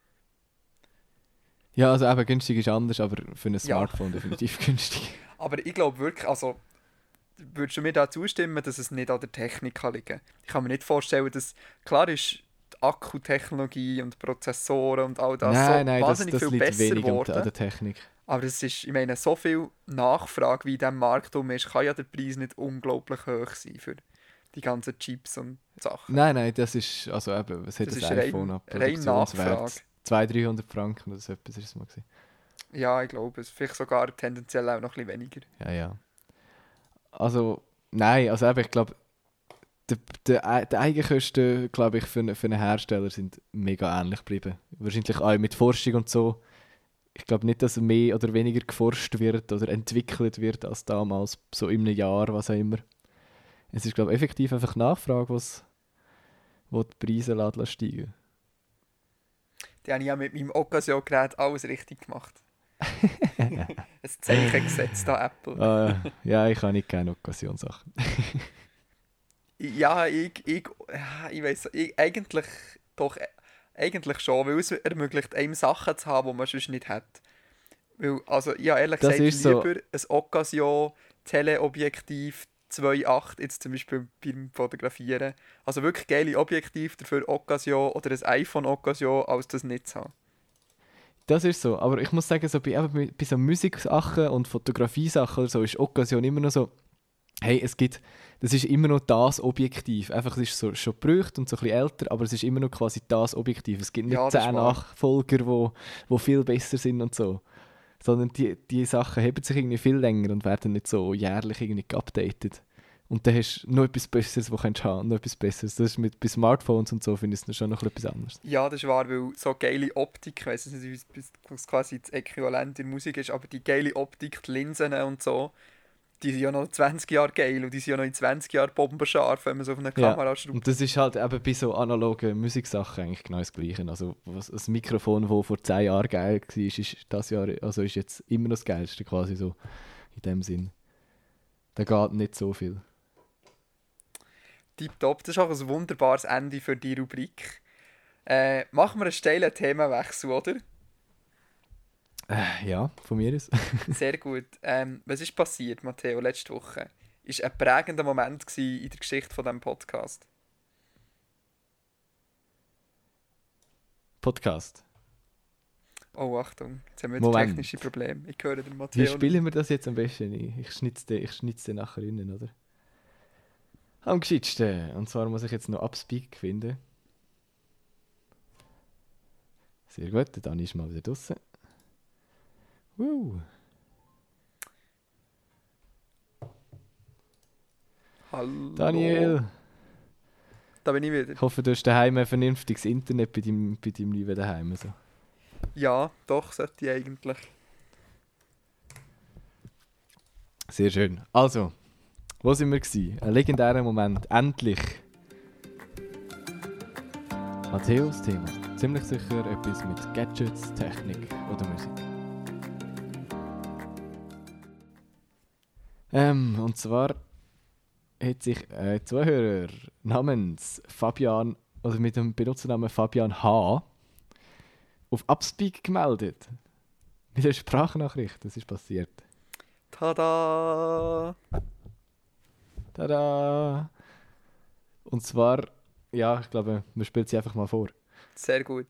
Ja, also eben günstig ist anders, aber für ein Ja. Smartphone definitiv günstig. Aber ich glaube wirklich, also würdest du mir da zustimmen, dass es nicht an der Technik kann liegen? Ich kann mir nicht vorstellen, dass, klar ist die Akkutechnologie und Prozessoren und all das nein, so nein, das, wahnsinnig das viel liegt besser wenig an, geworden. an der Technik. Aber es ist, ich meine, so viel Nachfrage, wie in diesem Markt um ist, kann ja der Preis nicht unglaublich hoch sein für die ganzen Chips und Sachen. Nein, nein, das ist, also eben, was hat Das das, ist rein- iPhone ab? rein Produktionswert? Nachfrage. zweihundert, dreihundert Franken oder so etwas ist es mal gewesen. Ja, ich glaube es. Vielleicht sogar tendenziell auch noch ein bisschen weniger. Ja, ja. Also, nein, also eben, ich glaube, die, die, die Eigenkosten, glaube ich, für, für einen Hersteller sind mega ähnlich geblieben. Wahrscheinlich auch mit Forschung und so. Ich glaube nicht, dass mehr oder weniger geforscht wird oder entwickelt wird als damals, so in einem Jahr, was auch immer. Es ist, glaube ich, effektiv einfach Nachfrage, was wo die Preise lassen steigen. Die habe ich ja mit meinem Occasion-Gerät alles richtig gemacht. Ein Zeichen gesetzt an Apple. äh, ja, ich habe nicht gerne Occasionssachen. Ja, ich, ich, ja, ich weiss, ich, eigentlich doch, äh, eigentlich schon, weil es ermöglicht einem Sachen zu haben, die man sonst nicht hat. Weil, also, ich habe ehrlich Das gesagt ist so. lieber ein Occasion Teleobjektiv zwei Komma acht, jetzt zum Beispiel beim Fotografieren. Also wirklich geile Objektiv dafür Occasion oder ein iPhone Occasion, als das nicht zu haben. Das ist so, aber ich muss sagen, so bei, eben bei bei so Musiksachen und Fotografie-Sachen oder so ist Occasion immer noch so, hey, es gibt, das ist immer noch das Objektiv. Einfach, es ist so, schon gebraucht und so ein bisschen älter, aber es ist immer noch quasi das Objektiv. Es gibt nicht Ja, das ist zehn wahr. Nachfolger, die wo, wo viel besser sind und so. Sondern die, die Sachen heben sich irgendwie viel länger und werden nicht so jährlich irgendwie geupdatet. Und dann hast du noch etwas Besseres, was du haben kannst, noch etwas Besseres. Das ist mit, bei Smartphones und so finde ich es schon noch etwas anderes. Ja, das ist wahr, weil so geile Optik, ich weiss nicht, was quasi das Äquivalent in der Musik ist, aber die geile Optik, die Linsen und so, die sind ja noch zwanzig Jahre geil und die sind ja noch in zwanzig Jahren bombenscharf, wenn man so auf eine Ja, Kamera schraubt. Und das ist halt eben bei so analogen Musiksachen eigentlich genau das Gleiche. Also was, ein Mikrofon, das vor zehn Jahren geil war, ist, das Jahr, also ist jetzt immer noch das Geilste quasi so in dem Sinn. Da geht nicht so viel. Tipptopp, das ist auch ein wunderbares Ende für die Rubrik. Äh, machen wir einen steilen Themenwechsel, oder? Äh, ja, von mir aus. Sehr gut. Ähm, was ist passiert, Matteo, letzte Woche? Ist ein prägender Moment gewesen in der Geschichte von diesem Podcast. Podcast. Oh, Achtung, jetzt haben wir jetzt Moment. technische Probleme. Ich höre den Matteo. Wie spielen wir das jetzt am besten ein? Ich schnitze den, ich schnitze den nachher rein, oder? Am gescheitsten. Und zwar muss ich jetzt noch Upspeak finden. Sehr gut, der Dani ist mal wieder draussen. Woo. Hallo. Daniel, Da bin ich wieder. ich hoffe, du hast daheim ein vernünftiges Internet bei deinem, bei deinem Lieben daheim. Also. Ja, doch, sollte ich eigentlich. Sehr schön. Also, wo sind wir gewesen? Ein legendärer Moment. Endlich. Matthäus Thema. Ziemlich sicher etwas mit Gadgets, Technik oder Musik. Ähm, und zwar hat sich ein Zuhörer namens Fabian, oder mit dem Benutzernamen Fabian H. auf Upspeak gemeldet. Mit einer Sprachnachricht, das ist passiert. Tada! Tada! Und zwar, ja, ich glaube, man spielt sie einfach mal vor. Sehr gut.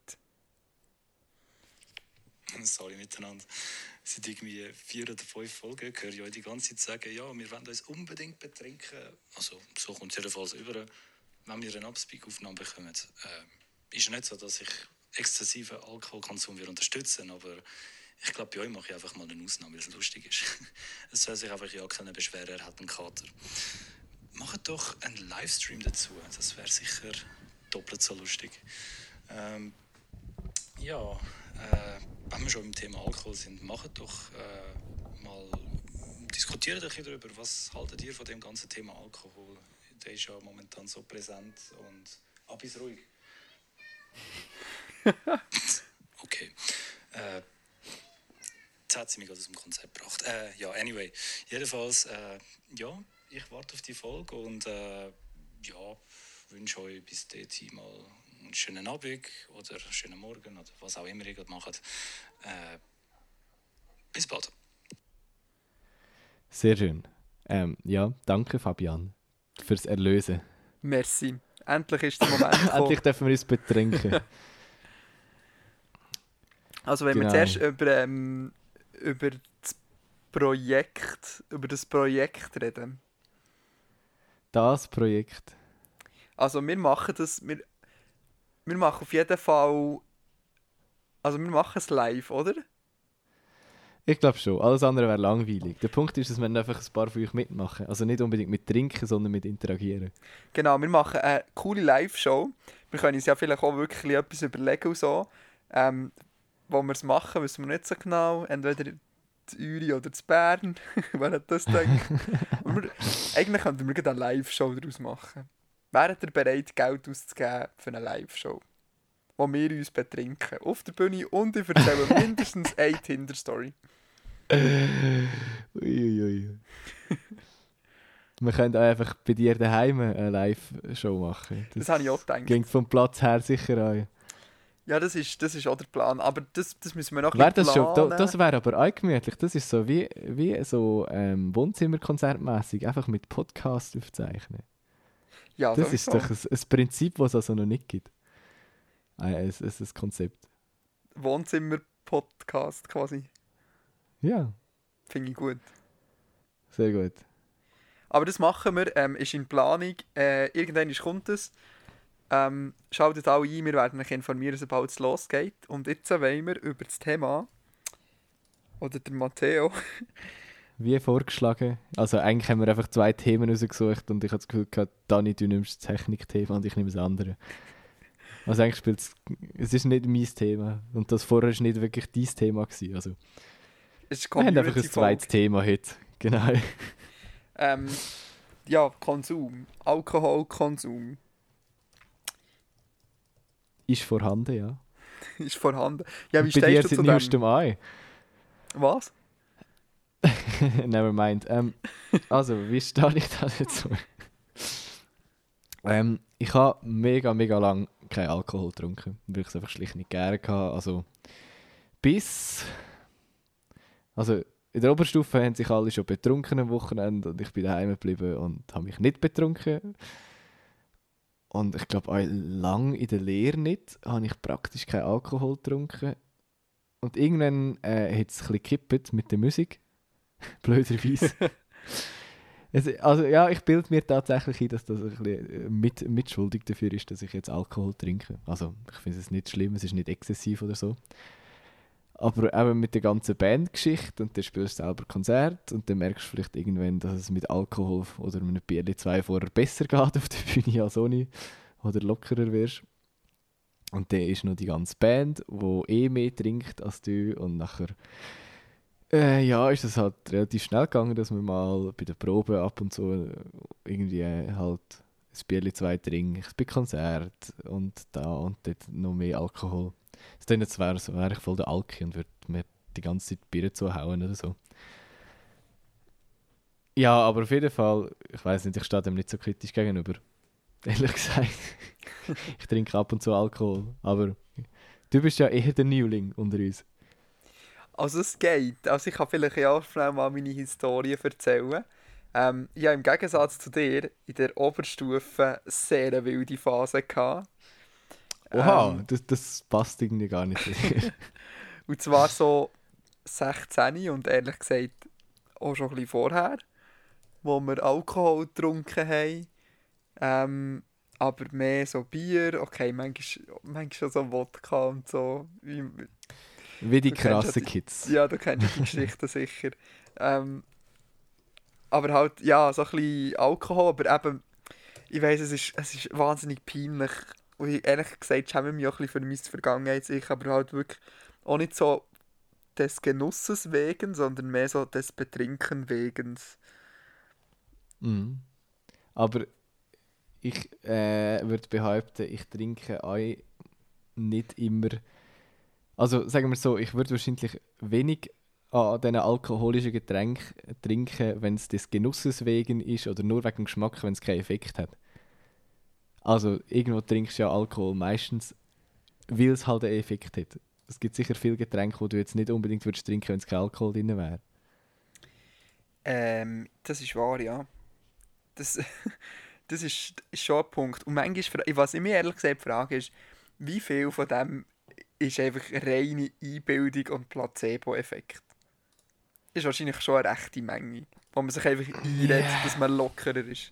Sorry miteinander. Seit irgendwie vier oder fünf Folgen höre ich euch die ganze Zeit sagen, ja, wir wollen uns unbedingt betrinken. Also, so kommt es jedenfalls über, wenn wir eine Upspeak-Aufnahme bekommen. Äh, ist nicht so, dass ich exzessiven Alkoholkonsum wir unterstützen, aber ich glaube, bei euch mache ich einfach mal eine Ausnahme, weil es lustig ist. Es soll sich einfach ja können beschweren, er hat einen Kater. Macht doch einen Livestream dazu, das wäre sicher doppelt so lustig. Ähm, ja, äh, wenn wir schon im Thema Alkohol sind, macht doch äh, mal, diskutiert ein bisschen darüber, was haltet ihr von dem ganzen Thema Alkohol? Der ist ja momentan so präsent und ab ist ruhig. Okay. Äh, jetzt hat sie mich gerade aus dem Konzept gebracht. Äh, ja, anyway. Jedenfalls, äh, ja, ich warte auf die Folge und äh, ja, wünsche euch bis dahin mal einen schönen Abend oder einen schönen Morgen oder was auch immer ihr gerade macht. Äh, bis bald. Sehr schön. Ähm, ja, danke Fabian fürs Erlösen. Merci. Endlich ist der Moment gekommen. Endlich dürfen wir uns betrinken. Also wenn Genau. wir zuerst über, ähm, über das Projekt, über das Projekt reden. Das Projekt. Also wir machen das, wir, wir machen auf jeden Fall, also wir machen es live, oder? Ich glaube schon. Alles andere wäre langweilig. Der Punkt ist, dass wir einfach ein paar von euch mitmachen. Also nicht unbedingt mit Trinken, sondern mit Interagieren. Genau, wir machen eine coole Live-Show. Wir können uns ja vielleicht auch wirklich etwas überlegen und so. Ähm, wo wir es machen, wissen wir nicht so genau. Entweder in Uri oder in Bern. Wer hat das gedacht? wir, eigentlich könnten wir gerade eine Live-Show daraus machen. Wäret ihr bereit, Geld auszugeben für eine Live-Show? Wo wir uns betrinken. Auf der Bühne und ich erzähle mindestens eine Tinder-Story. Uiuiui. Wir können auch einfach bei dir daheim eine Live-Show machen. Das, das habe ich auch gedacht. Ging vom Platz her sicher an. Ja, das ist, das ist auch der Plan. Aber das, das müssen wir noch ein Wär bisschen das schon, planen. da, das wäre aber auch gemütlich. Das ist so wie, wie so ähm, Wohnzimmerkonzertmäßig, einfach mit Podcast aufzeichnen. Ja, Das sowieso. ist doch ein, ein Prinzip, das es also noch nicht gibt. Ein, ein, ein, ein Konzept. Wohnzimmer-Podcast quasi. Ja, Finde ich gut. sehr gut. Aber das machen wir, ähm, ist in Planung. Äh, irgendwann kommt es. Ähm, schaltet alle ein, wir werden euch informieren, sobald es losgeht. Und jetzt wollen wir über das Thema, oder der Matteo, Wie vorgeschlagen. Also eigentlich haben wir einfach zwei Themen rausgesucht und ich habe das Gefühl gehabt, Dani, du nimmst das Technikthema und ich nehme das andere. Also eigentlich spielt es, es ist nicht mein Thema und das vorher war nicht wirklich dein Thema gewesen. Also es ist wir haben einfach ein Community-Folge. zweites Thema heute. Genau. Ähm, ja, Konsum. Alkoholkonsum Ist vorhanden, ja. ist vorhanden. Ja, wie Und bei dir stehst du seit zu neuestem dem? an. Was? Never mind. Ähm, also, wie stehe ich da dazu? ähm, ich habe mega, mega lang keinen Alkohol getrunken, weil ich es einfach schlicht nicht gerne hatte. Also, bis Also in der Oberstufe haben sich alle schon betrunken am Wochenende und ich bin daheim geblieben und habe mich nicht betrunken. Und ich glaube, auch lang in der Lehre nicht, habe ich praktisch keinen Alkohol getrunken. Und irgendwann äh, hat es ein bisschen gekippt mit der Musik. Blöderweise. es, also ja, ich bilde mir tatsächlich ein, dass das ein bisschen mit, mitschuldig dafür ist, dass ich jetzt Alkohol trinke. Also ich finde es nicht schlimm, es ist nicht exzessiv oder so. Aber eben mit der ganzen Bandgeschichte und dann spielst du selber Konzert und dann merkst du vielleicht irgendwann, dass es mit Alkohol oder mit einem Bierli zwei vorher besser geht auf der Bühne als ohne oder lockerer wirst. Und dann ist noch die ganze Band, die eh mehr trinkt als du und nachher äh, ja, ist es halt relativ schnell gegangen, dass man mal bei der Probe ab und zu irgendwie halt ein Bierli zwei trinkt, bei Konzert und da und dort noch mehr Alkohol. Es klingt jetzt, als wäre ich voll der Alki und würde mir die ganze Zeit Bier zuhauen oder so. Ja, aber auf jeden Fall, ich weiss nicht, ich stehe dem nicht so kritisch gegenüber. Ehrlich gesagt. Ich trinke ab und zu Alkohol, aber du bist ja eher der Neuling unter uns. Also es geht. Also ich kann vielleicht ja schnell mal meine Historie erzählen. Ähm, ich hatte im Gegensatz zu dir in der Oberstufe sehr eine wilde Phase gehabt. Oha, Ähm, das, das passt irgendwie gar nicht. Und zwar so sechzehn und ehrlich gesagt auch schon ein bisschen vorher, wo wir Alkohol getrunken haben. Ähm, aber mehr so Bier, okay, manchmal, manchmal so Wodka und so. Wie, Wie die du kennst ja krassen die- Kids. Ja, du kennst ja die Geschichten sicher. Ähm, aber halt, ja, so ein bisschen Alkohol, aber eben, ich weiss, es ist, es ist wahnsinnig peinlich. Und ich, ehrlich gesagt schäme mich auch ein bisschen für meine Vergangenheit, ich, aber halt wirklich auch nicht so des Genusses wegen, sondern mehr so des Betrinken wegen. Mhm. Aber ich äh, würde behaupten, ich trinke auch nicht immer. Also sagen wir so, ich würde wahrscheinlich wenig an diesen alkoholischen Getränken trinken, wenn es des Genusses wegen ist oder nur wegen dem Geschmack, wenn es keinen Effekt hat. Also irgendwo trinkst du ja Alkohol meistens, weil es halt einen Effekt hat. Es gibt sicher viele Getränke, die du jetzt nicht unbedingt würdest trinken, wenn es kein Alkohol drin wäre. Ähm, das ist wahr, ja. Das, das ist, ist schon ein Punkt. Und manchmal, fra- was ich mir ehrlich gesagt frage, ist, wie viel von dem ist einfach reine Einbildung und Placebo-Effekt? Das ist wahrscheinlich schon eine rechte Menge, wo man sich einfach einredet, Yeah. dass man lockerer ist.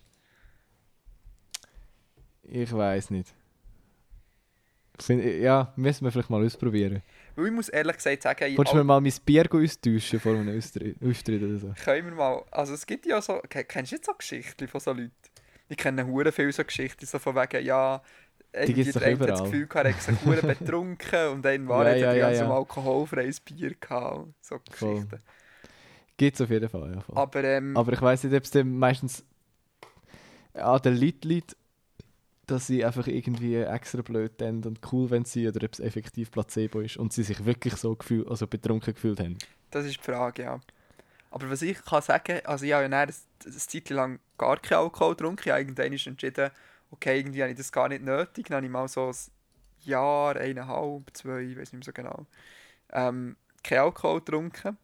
Ich weiß nicht. Find- Ja, müssen wir vielleicht mal ausprobieren. Weil ich muss ehrlich gesagt sagen, in Willst du all- mir mal mein Bier austauschen vor einem Austritt Austritt oder so? können wir mal, also es gibt ja so, ke- kennst du nicht so Geschichten von so Leuten? Ich kenne hure viele so Geschichten, so von wegen, ja, irgendwie gibt's doch der eine hat das überall. Gefühl gehabt, er hat sich hure betrunken und dann war Ja, er ja, ja, ja, ganz ja. alkoholfreies Bier gehabt. und So Voll. Geschichten. Gibt's auf jeden Fall, ja. Voll. Aber, ähm, Aber ich weiss nicht, ob es dann meistens an den Leuten liegt, dass sie einfach irgendwie extra blöd sind und cool wenn sie oder ob es effektiv Placebo ist und sie sich wirklich so gefühl, also betrunken gefühlt haben. das ist die Frage, ja. Aber was ich kann sagen, also ich habe ja dann eine Zeit lang gar keinen Alkohol getrunken. Ich habe irgendwann entschieden, okay, irgendwie habe ich das gar nicht nötig. Dann habe ich mal so ein Jahr, eineinhalb, zwei, ich weiß nicht mehr so genau, ähm, keinen Alkohol getrunken.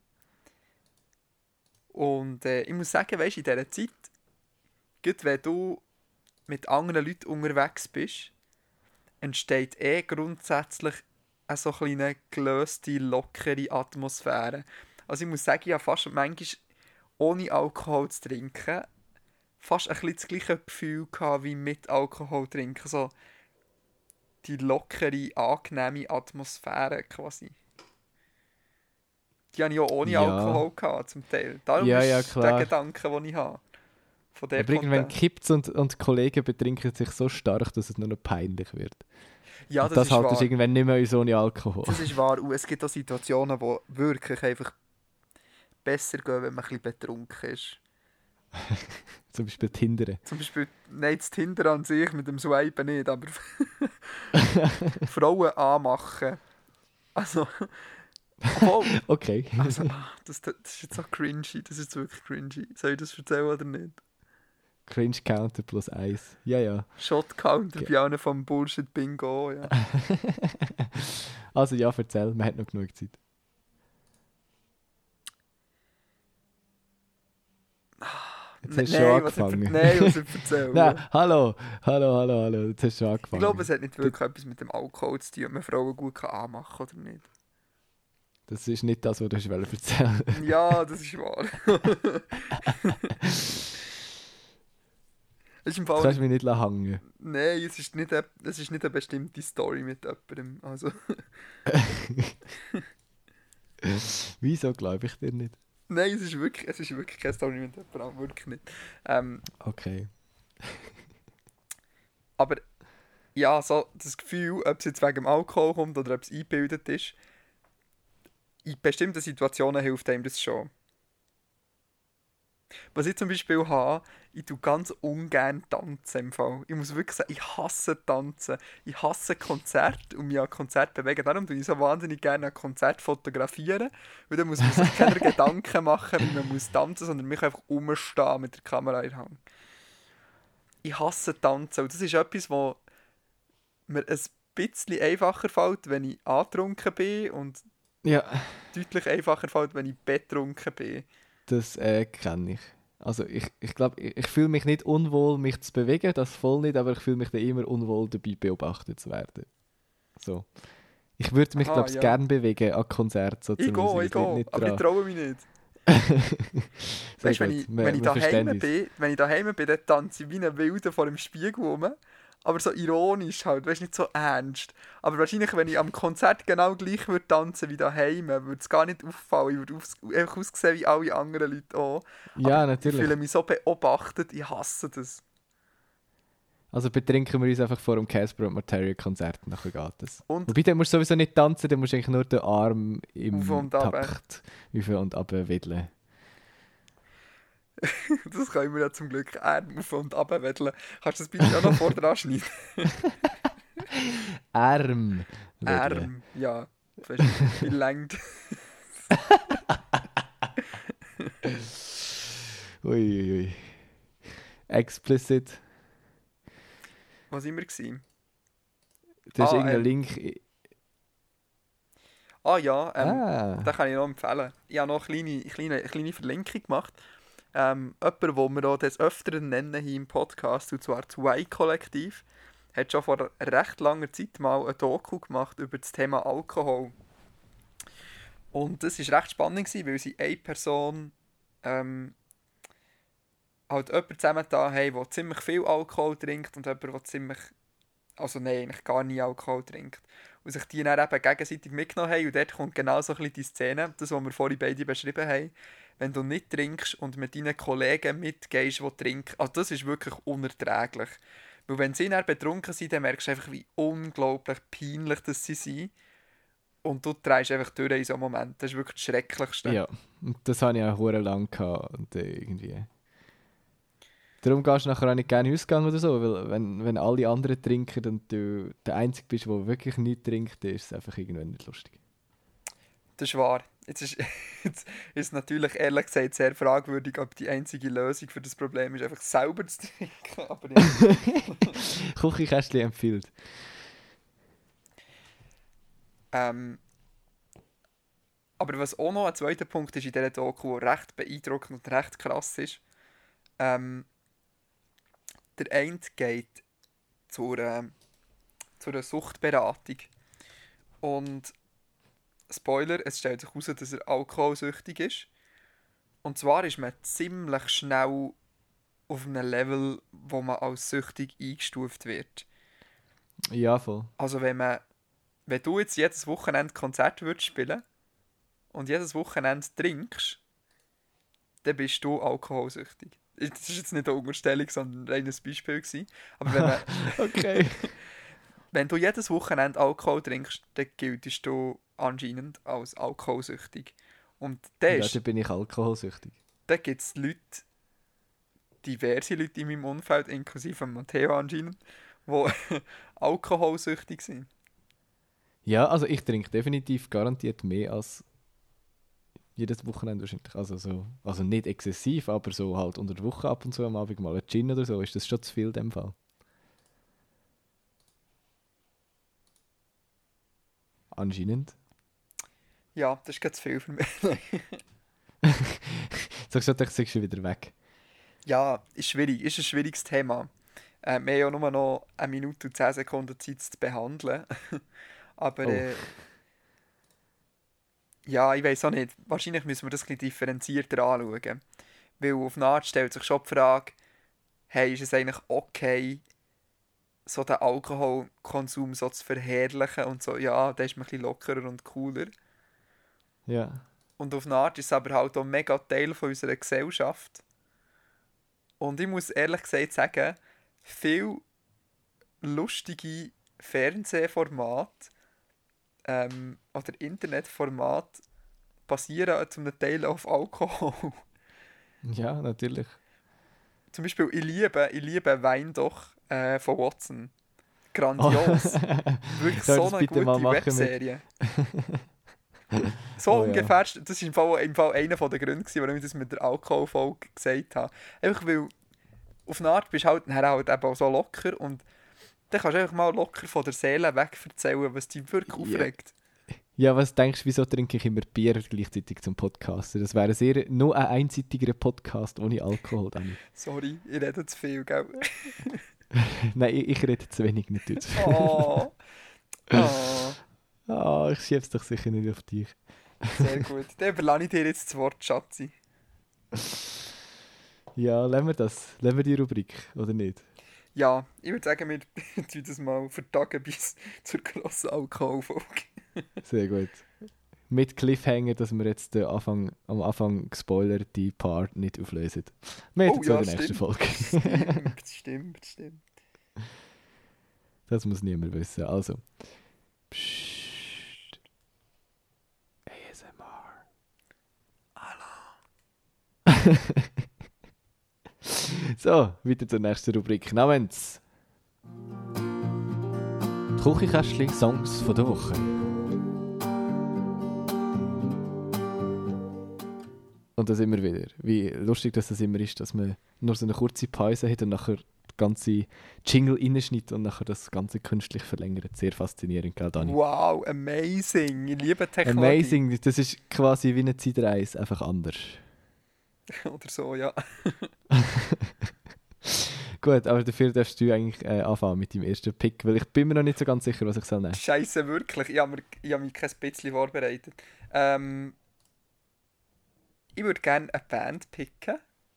Und äh, ich muss sagen, weißt du, in dieser Zeit, gerade wenn du mit anderen Leuten unterwegs bist, entsteht eh grundsätzlich eine so kleine gelöste, lockere Atmosphäre. Also ich muss sagen, ich habe fast manchmal, ohne Alkohol zu trinken, fast ein bisschen das gleiche Gefühl gehabt, wie mit Alkohol trinken. So die lockere, angenehme Atmosphäre quasi. Die habe ich auch ohne Ja. Alkohol gehabt, zum Teil. Darum Ja, ist ja, klar. der Gedanke, den ich habe. Von der Aber irgendwann kippt es und, und die Kollegen betrinken sich so stark, dass es nur noch peinlich wird. Ja, Und das, das ist haltest wahr. du irgendwann nicht mehr in so ohne Alkohol. Das ist wahr. Und es gibt auch Situationen, die wirklich einfach besser gehen, wenn man ein bisschen betrunken ist. Zum Beispiel Tinder. Zum Beispiel, nein, das Tinder an sich mit dem Swipen nicht, aber Frauen anmachen. Also, obwohl, Okay. also ah, das, das ist jetzt so cringy, das ist wirklich cringy. Soll ich das erzählen oder nicht? Cringe Counter plus eins. Ja, ja. Shot Counter Okay. bei allen vom Bullshit Bingo, ja. Also ja, erzähl, man hat noch genug Zeit. Jetzt hast du Nein, schon was ich, angefangen. nein, was ich erzähle. Nein, hallo, hallo, hallo, hallo, jetzt hast du schon angefangen. Ich glaube, es hat nicht wirklich etwas mit dem Alkohol zu tun, ob man Frauen gut kann anmachen kann oder nicht. Das ist nicht das, was du erzählen wolltest. Ja, das ist wahr. Es ist im Du Fall... kannst mich nicht hängen. Nein, es ist, nicht eine, es ist nicht eine bestimmte Story mit jemandem. Also, Wieso glaube ich dir nicht? nein, es ist wirklich, es ist wirklich keine Story mit jemandem, wirklich nicht. Ähm, Okay. aber ja, so das Gefühl, ob es jetzt wegen dem Alkohol kommt oder ob es eingebildet ist, in bestimmten Situationen hilft einem das schon. Was ich zum Beispiel habe, ich tue ganz ungern tanzen im Fall. Ich muss wirklich sagen, ich hasse tanzen. Ich hasse Konzerte und mich an Konzert bewegen. Darum tue ich so wahnsinnig gerne ein Konzert fotografieren. Weil dann muss man sich keine Gedanken machen, wie man muss tanzen, sondern mich einfach rumstehen mit der Kamera in der Hand. Ich hasse tanzen. Und das ist etwas, was mir ein bisschen einfacher fällt, wenn ich angetrunken bin und Ja, deutlich einfacher fällt, wenn ich betrunken bin. das äh, kenne ich. Also ich, ich glaube, ich, ich fühle mich nicht unwohl, mich zu bewegen, das voll nicht, aber ich fühle mich dann immer unwohl, dabei beobachtet zu werden. So. Ich würde mich, Aha, glaube ich, ja. gerne bewegen an Konzerten. So Ich zu gehe, Musik. ich gehe, Nicht aber ich dran. traue mich nicht. Sehr Weißt, wenn gut. ich, Wir- wenn, ich wir verstehen daheim uns. bin, wenn ich daheim bin, dann tanze ich wie ein Wilder vor dem Spiegel rum. Aber so ironisch halt, weißt, nicht so ernst. Aber wahrscheinlich, wenn ich am Konzert genau gleich würde tanzen wie daheim, würde es gar nicht auffallen. Ich würde aufs- einfach aussehen wie alle anderen Leute auch. Ja, Aber natürlich. Ich fühle mich so beobachtet, ich hasse das. Also betrinken wir uns einfach vor dem Casper und Materia Konzert, nachher geht das. Und Wobei, dann musst du sowieso nicht tanzen, dann musst du eigentlich nur den Arm im Auf und ab. Takt auf und ab wedeln. das können wir ja zum Glück Arm auf und ab wedeln. Kannst du das bitte auch noch vor dran schneiden? Arm wedeln. Arm, ja. Weißt du, wie längt. Uiuiui. Ui. Explicit. Was immer gewesen? Du hast Ah, irgendeinen ähm, Link. Ah ja, ähm, ah. den kann ich noch empfehlen. Ich habe noch eine kleine, kleine, kleine Verlinkung gemacht. Ähm, jemand, den wir auch des Öfteren nennen hier im Podcast, und zwar das Y-Kollektiv, hat schon vor recht langer Zeit mal ein Doku gemacht über das Thema Alkohol. Und das war recht spannend, gewesen, weil sie eine Person ähm, halt jemanden zusammengetan haben, der ziemlich viel Alkohol trinkt und jemand, der ziemlich, also nein, eigentlich gar nie Alkohol trinkt. Und sich die dann eben gegenseitig mitgenommen haben. Und dort kommt genau so ein bisschen die Szene, das, was wir vorhin beide beschrieben haben. Wenn du nicht trinkst und mit deinen Kollegen mitgehst, die trinken, also das ist wirklich unerträglich. Weil wenn sie dann betrunken sind, dann merkst du einfach, wie unglaublich peinlich das sie sind. Und du drehst einfach durch in so einem Moment. Das ist wirklich das Schrecklichste. Ja, und das habe ich auch hure lang gehabt. Und äh, irgendwie. Darum gehst du nachher auch nicht gerne ausgegangen oder so, weil wenn, wenn alle anderen trinken und du der Einzige bist, der wirklich nicht trinkt, dann ist es einfach irgendwann nicht lustig. Das ist wahr. Jetzt ist, jetzt ist es natürlich ehrlich gesagt sehr fragwürdig, ob die einzige Lösung für das Problem ist, einfach selber zu trinken. Aber ja. Küchenkästchen empfiehlt. ähm, aber was auch noch ein zweiter Punkt ist in dieser Doku, der recht beeindruckend und recht krass ist, ähm, der eine geht zur, äh, zu einer Suchtberatung. Und Spoiler, es stellt sich heraus, dass er alkoholsüchtig ist. Und zwar ist man ziemlich schnell auf einem Level, wo man als süchtig eingestuft wird. Ja, voll. Also wenn man, wenn du jetzt jedes Wochenende Konzert würdest spielen und jedes Wochenende trinkst, dann bist du alkoholsüchtig. Das war jetzt nicht eine Unterstellung, sondern ein reines Beispiel gewesen. Aber wenn, man, Okay. wenn du jedes Wochenende Alkohol trinkst, dann giltest du anscheinend als alkoholsüchtig. Und Ja, das, dann bin ich alkoholsüchtig. da gibt es Leute, diverse Leute in meinem Umfeld, inklusive Matteo anscheinend, die alkoholsüchtig sind. Ja, also ich trinke definitiv garantiert mehr als jedes Wochenende wahrscheinlich. Also, so, also nicht exzessiv, aber so halt unter der Woche ab und zu am Abend mal ein Gin oder so, ist das schon zu viel in dem Fall. Anscheinend. Ja, das ist ganz viel für mich. Sagst du, ich sag schon wieder weg. Ja, ist schwierig, ist ein schwieriges Thema. Äh, wir haben ja nur noch eine Minute und zehn Sekunden Zeit zu behandeln. Aber Oh. äh, ja, ich weiß auch nicht. Wahrscheinlich müssen wir das ein bisschen differenzierter anschauen. Weil auf eine Art stellt sich schon die Frage, hey, ist es eigentlich okay, so den Alkoholkonsum so zu verherrlichen und so, ja, da ist man ein bisschen lockerer und cooler. Ja. Und auf eine Art ist es aber halt auch mega Teil von unserer Gesellschaft. Und ich muss ehrlich gesagt sagen, viele lustige Fernsehformate ähm, oder Internetformate basieren zum Teil auf Alkohol. Ja, natürlich. Zum Beispiel, ich liebe, ich liebe Wein doch äh, von Watson. Grandios. Wirklich Soll so das eine bitte mal gute machen mit- Webserie. So Oh ja. ungefähr, das war im Fall, im Fall einer der Gründe, gewesen, warum ich das mit der Alkoholfolge gesagt habe. Einfach weil, auf eine Art bist du halt, dann halt eben auch so locker und dann kannst du einfach mal locker von der Seele weg erzählen, was dich wirklich Ja. aufregt. Ja, was denkst du, wieso trinke ich immer Bier gleichzeitig zum Podcasten? Das wäre sehr, nur ein einseitiger Podcast ohne Alkohol, Dani. Sorry, ich rede zu viel, gell? Nein, ich, ich rede zu wenig natürlich. Oh. Oh. Ah, ich schieb's doch sicher nicht auf dich. Sehr gut. Dann überlasse ich dir jetzt das Wort, Schatzi. Ja, lassen wir das. Lassen wir die Rubrik, oder nicht? Ja, ich würde sagen, wir tun das mal vertagen bis zur grossen Alkoholfolge. Sehr gut. Mit Cliffhanger, dass wir jetzt den Anfang, am Anfang gespoilerte Part nicht auflösen. Wir Oh, oh, zu ja, der nächsten stimmt. Folge. Stimmt, stimmt, stimmt. Das muss niemand wissen. Also. Psst. A S M R. Hallo. So, weiter zur nächsten Rubrik. Namens die Küchenkästchen Songs von der Woche. Und das immer wieder. Wie lustig dass das immer ist, dass man nur so eine kurze Pause hat und nachher die ganze Jingle reinschneidet und nachher das Ganze künstlich verlängert. Sehr faszinierend, gell, Dani? Wow, amazing. Ich liebe Technologie. Amazing, das ist quasi wie eine Zeitreise, einfach anders. Oder so, ja. Gut, aber dafür darfst du eigentlich äh, anfangen mit deinem ersten Pick, weil ich bin mir noch nicht so ganz sicher, was ich soll nehmen. Scheiße, wirklich. Ich habe, mir, ich habe mich kein bisschen vorbereitet. Ähm, ich würde gerne eine Band picken.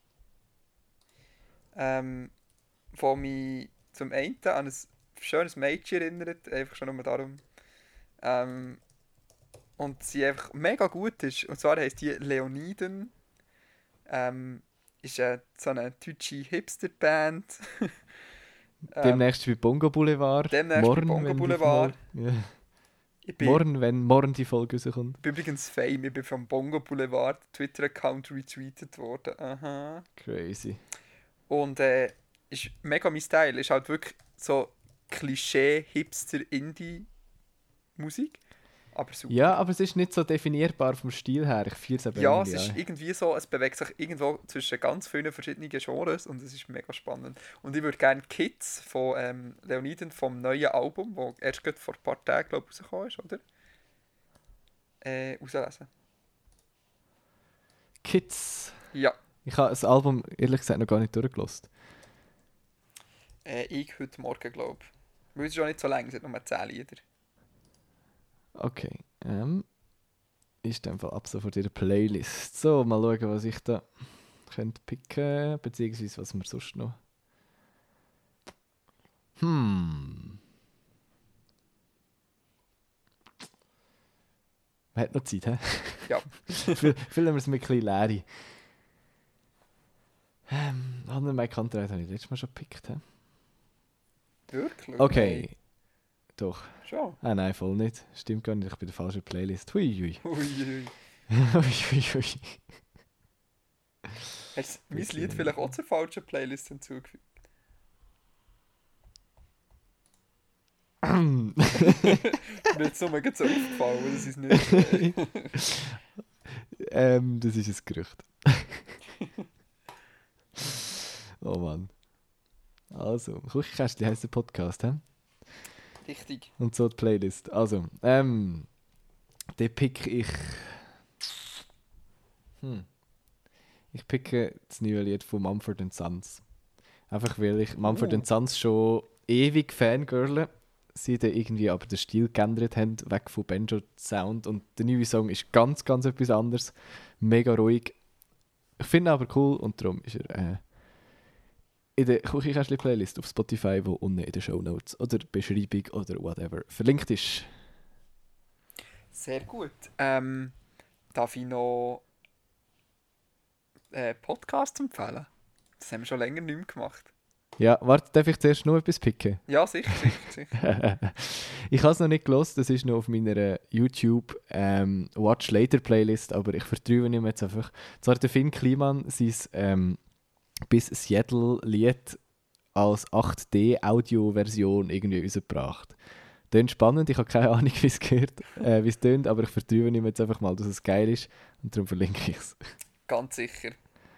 Ähm, die mich zum einen an ein schönes Mädchen erinnert. Einfach schon nur darum. Ähm, und sie einfach mega gut ist. Und zwar heisst die Leoniden. Ähm, ist äh, so eine deutsche Hipster-Band. ähm, Demnächst bei Bongo Boulevard. demnächst bei morgen, Bongo wenn die Boulevard. Mal- Ja. ich bin, Morgen, wenn morgen die Folge rauskommt. ich bin übrigens Fame. Ich bin vom Bongo Boulevard Twitter-Account retweetet worden. Aha. Crazy. Und äh, ist mega mein Style. Ist halt wirklich so Klischee-Hipster-Indie-Musik. Aber super. Ja, aber es ist nicht so definierbar vom Stil her. Ich fühle es aber Ja, es irgendwie ist auch. irgendwie so, es bewegt sich irgendwo zwischen ganz vielen verschiedenen Genres und es ist mega spannend. Und ich würde gerne Kids von ähm, Leoniden vom neuen Album, das erst gerade vor ein paar Tagen, glaube ich, rausgekommen ist, oder? Äh, rauslesen. Kids. Ja, Ich habe das Album ehrlich gesagt noch gar nicht durchgelassen. äh, ich heute Morgen, glaube ich. Weil es ist auch nicht so lang, es hat nur zehn Lieder. Okay. Ähm, ist dann ab so von dieser Playlist. So, mal schauen, was ich da könnte picken, beziehungsweise was wir sonst noch. Hm. Man hat noch Zeit, hä? Ja. Fühl- Füllen wir es mit ein bisschen Leere. Ähm, Under My Contract habe ich letztes Mal schon gepickt, hä? Wirklich? Okay. Doch. Nein. Schon. Ah nein, voll nicht. Stimmt gar nicht, ich bin der falschen Playlist. Hui, hui. Uiui. hui, hui, hui. Hast du mein Bisschen Lied vielleicht auch zur falschen Playlist hinzugefügt? Mir ist nur gerade so aufgefallen, dass ich es nicht... Äh, ähm, das ist ein Gerücht. Oh Mann. Also, Küchenkästchen heisst der Podcast, hä? richtig. Und so die Playlist. Also, ähm, den pick ich. Hm. Ich picke das neue Lied von Mumford and Sons. Einfach weil ich Mumford Oh. and Sons schon ewig fangirle. Sie dann irgendwie aber den Stil geändert haben, weg von Banjo-Sound. Und der neue Song ist ganz, ganz etwas anderes. Mega ruhig. Ich finde ihn aber cool und darum ist er äh, in der Küchenkästchen-Playlist auf Spotify, wo unten in den Shownotes oder Beschreibung oder whatever verlinkt ist. Sehr gut. Ähm, darf ich noch äh, Podcast empfehlen? Das haben wir schon länger nicht mehr gemacht. Ja, warte, darf ich zuerst noch etwas picken? Ja, sicher, sicher, sicher. Ich habe es noch nicht gehört, das ist noch auf meiner YouTube ähm, Watch Later Playlist, aber ich vertraue ihm jetzt einfach. Zwar der Finn Kliman sein ähm, bis Seattle Lied als acht D Audio-Version irgendwie rausgebracht. Tönt spannend, ich habe keine Ahnung, wie es gehört, äh, wie es tönt, aber ich vertraue ihm jetzt einfach mal, dass es geil ist und darum verlinke ich es. Ganz sicher.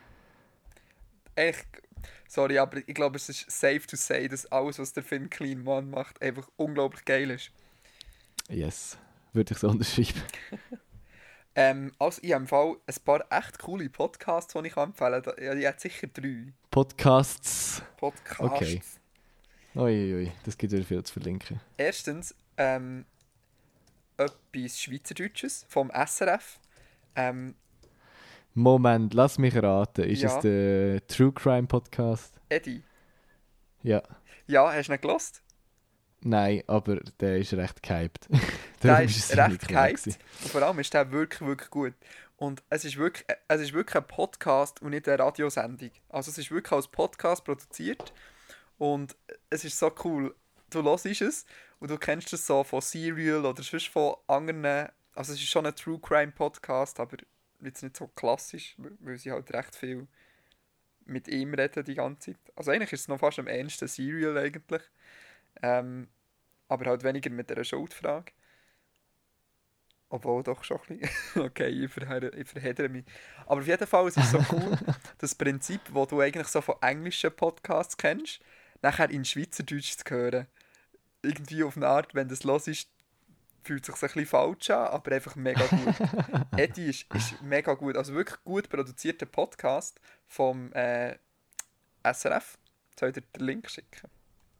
Echt, sorry, aber ich glaube, es ist safe to say, dass alles, was der Finn Kliman macht, einfach unglaublich geil ist. Yes, würde ich so unterschreiben. Ähm, also, ich habe im Fall ein paar echt coole Podcasts, die ich empfehlen kann. Ja, ich habe sicher drei Podcasts. Podcasts. Okay. Uiuiui, das gibt wieder viel zu verlinken. Erstens, ähm, etwas Schweizerdeutsches vom S R F. Ähm, Moment, lass mich raten. Ist Ja. es der True Crime Podcast? Eddie. Ja. Ja, hast du ihn gelost? Nein, aber der ist recht gehypt. Der Darum ist es mir recht nicht klar gehypt. gewesen. Und vor allem ist der wirklich, wirklich gut. Und es ist wirklich, es ist wirklich ein Podcast und nicht eine Radiosendung. Also es ist wirklich als Podcast produziert. Und es ist so cool. Du hörst es und du kennst es so von Serial oder sonst von anderen. Also es ist schon ein True Crime Podcast, aber jetzt nicht so klassisch, weil sie halt recht viel mit ihm reden die ganze Zeit. Also eigentlich ist es noch fast am ähnlichsten Serial eigentlich. Ähm, aber halt weniger mit einer Schuldfrage. Obwohl doch schon ein bisschen. Okay, ich, verhe ich verhedere mich. Aber auf jeden Fall, es ist so cool, das Prinzip, das du eigentlich so von englischen Podcasts kennst, nachher in Schweizerdeutsch zu hören. Irgendwie auf eine Art, wenn das los ist, fühlt es sich ein bisschen falsch an, aber einfach mega gut. Eddie ist, ist mega gut. Also wirklich gut produzierter Podcast vom äh, S R F. Soll ich dir den Link schicken?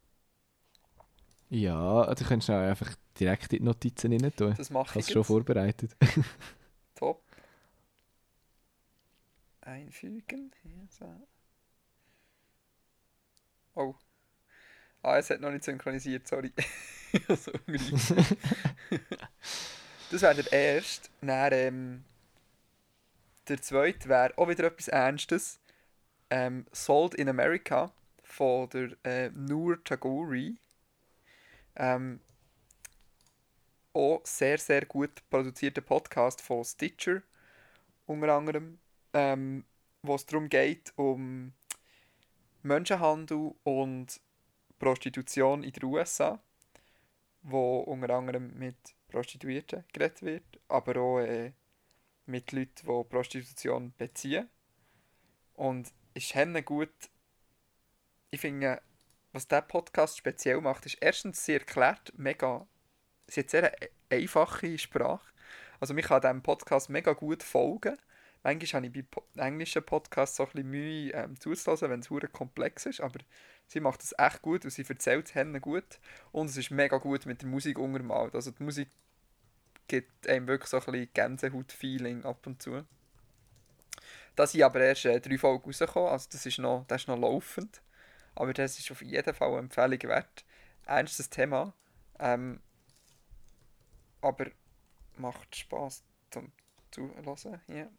Ja, also du könntest auch einfach direkt in die Notizen rein tun. Das Ich mache habe ich es schon jetzt. vorbereitet. Top. Einfügen. Hier, so. Oh. Ah, es hat noch nicht synchronisiert, sorry. so das wäre der erste. Dann, ähm, der zweite wäre auch wieder etwas Ernstes. Ähm, Sold in America von der äh, Noor Tagore. Ähm, auch sehr, sehr gut produzierter Podcast von Stitcher, unter anderem, ähm, wo es darum geht, um Menschenhandel und Prostitution in den U S A, wo unter anderem mit Prostituierten geredet wird, aber auch äh, mit Leuten, die Prostitution beziehen. Und ist henne gut. Ich finde, was dieser Podcast speziell macht, ist erstens, sie erklärt mega, sie hat sehr eine einfache Sprache. Also man kann diesem Podcast mega gut folgen. Manchmal habe ich bei po englischen Podcasts so ein bisschen Mühe ähm, zuzuhören, wenn es verdammt komplex ist, aber sie macht es echt gut und sie erzählt es henne gut. Und es ist mega gut mit der Musik untermalt. Also die Musik gibt einem wirklich so ein bisschen Gänsehaut-Feeling ab und zu. Da sind aber erst äh, drei Folgen rausgekommen, also das ist noch, das ist noch laufend. Aber das ist auf jeden Fall eine Empfehlung wert. Ernstes Thema. Ähm, aber macht Spass zum Zuhören. Yeah.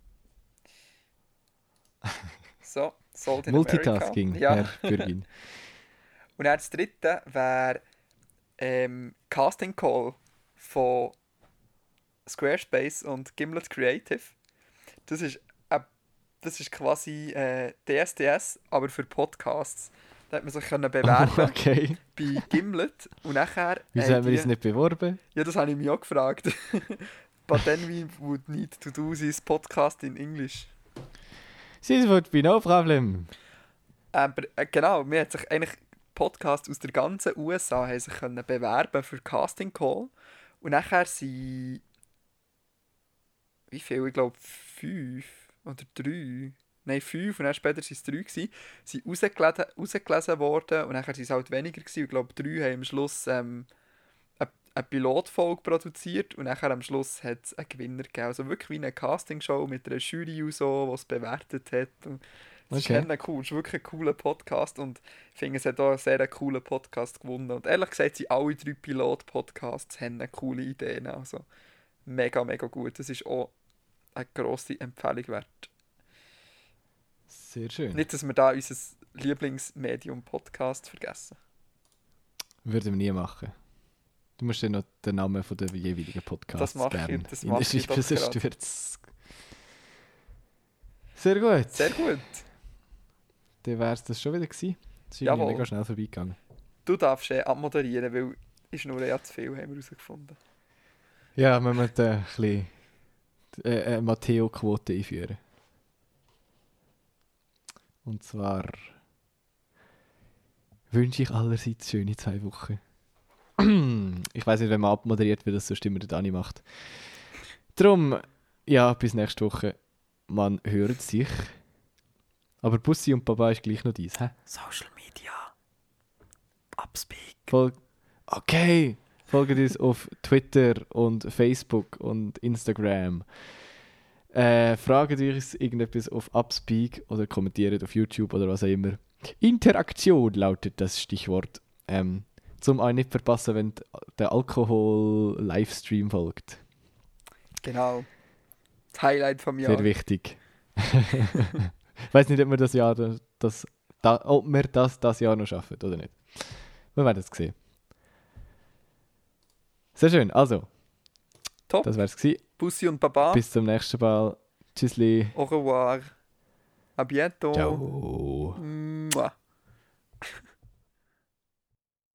So, Sold in Multitasking, America. Ja. Herr Bürgin. Und dann das dritte wäre ähm, Casting Call von Squarespace und Gimlet Creative. Das ist, äh, das ist quasi äh, D S D S, aber für Podcasts. Da hat man sich können bewerben Oh, okay. bei Gimlet und nachher... Wieso äh, haben wir die- uns nicht beworben? Ja, das habe ich mich auch gefragt. But then we would need to do this podcast in English. This would be no problem. Aber äh, genau, mir hat sich eigentlich Podcasts aus der ganzen U S A haben sich können bewerben für Casting Call. Und nachher sind... Wie viel? Ich glaube fünf oder drei. nein, fünf und dann später waren es drei gewesen, sind rausgelesen, rausgelesen worden und dann waren es halt weniger gewesen. Ich glaube, drei haben am Schluss ähm, eine, eine Pilotfolge produziert und dann am Schluss hat es einen Gewinner gegeben. Also wirklich wie eine Castingshow mit einer Jury und so, die es bewertet hat. Und das Okay. ist echt cool, es ist wirklich ein cooler Podcast und ich finde, es hat auch einen sehr coolen Podcast gewonnen. Und ehrlich gesagt, sind alle drei Pilot-Podcasts haben eine coole Ideen. Also mega, mega gut. Das ist auch eine grosse Empfehlung wert. Sehr schön. Nicht, dass wir da unser Lieblingsmedium-Podcast vergessen. Würden wir nie machen. Du musst dir noch den Namen von der jeweiligen Podcasts Das mache ich- gern das in mache der ich doch Schweiz, sonst gerade. wird's- Sehr gut. Sehr gut. Dann wäre es das schon wieder gewesen. Das ist irgendwie Jawohl. mega schnell vorbeigegangen. Du darfst eh abmoderieren, weil ist nur ja zu viel, haben wir herausgefunden. Ja, wir müssen ein bisschen äh, eine Matteo-Quote einführen. Und zwar wünsche ich allerseits schöne zwei Wochen. Ich weiß nicht, wenn man abmoderiert, wie das sonst immer der Dani macht. Drum, ja, bis nächste Woche. Man hört sich. Aber Bussi und Baba ist gleich noch dies, hä? Social Media. Upspeak. Fol- okay, folgt uns auf Twitter und Facebook und Instagram. Äh, fragt uns irgendetwas auf Upspeak oder kommentiert auf YouTube oder was auch immer. Interaktion lautet das Stichwort. Ähm, zum euch nicht verpassen, wenn der Alkohol-Livestream folgt. Genau. Das Highlight vom Jahr. Sehr wichtig. Ich weiß nicht, ob wir das Jahr das, da, ob wir das das Jahr noch schaffen oder nicht. Wir werden es sehen. Sehr schön. Also, Top. das wär's gewesen. Bussi und Baba. Bis zum nächsten Mal. Tschüssli. Au revoir. A bientôt. Ciao.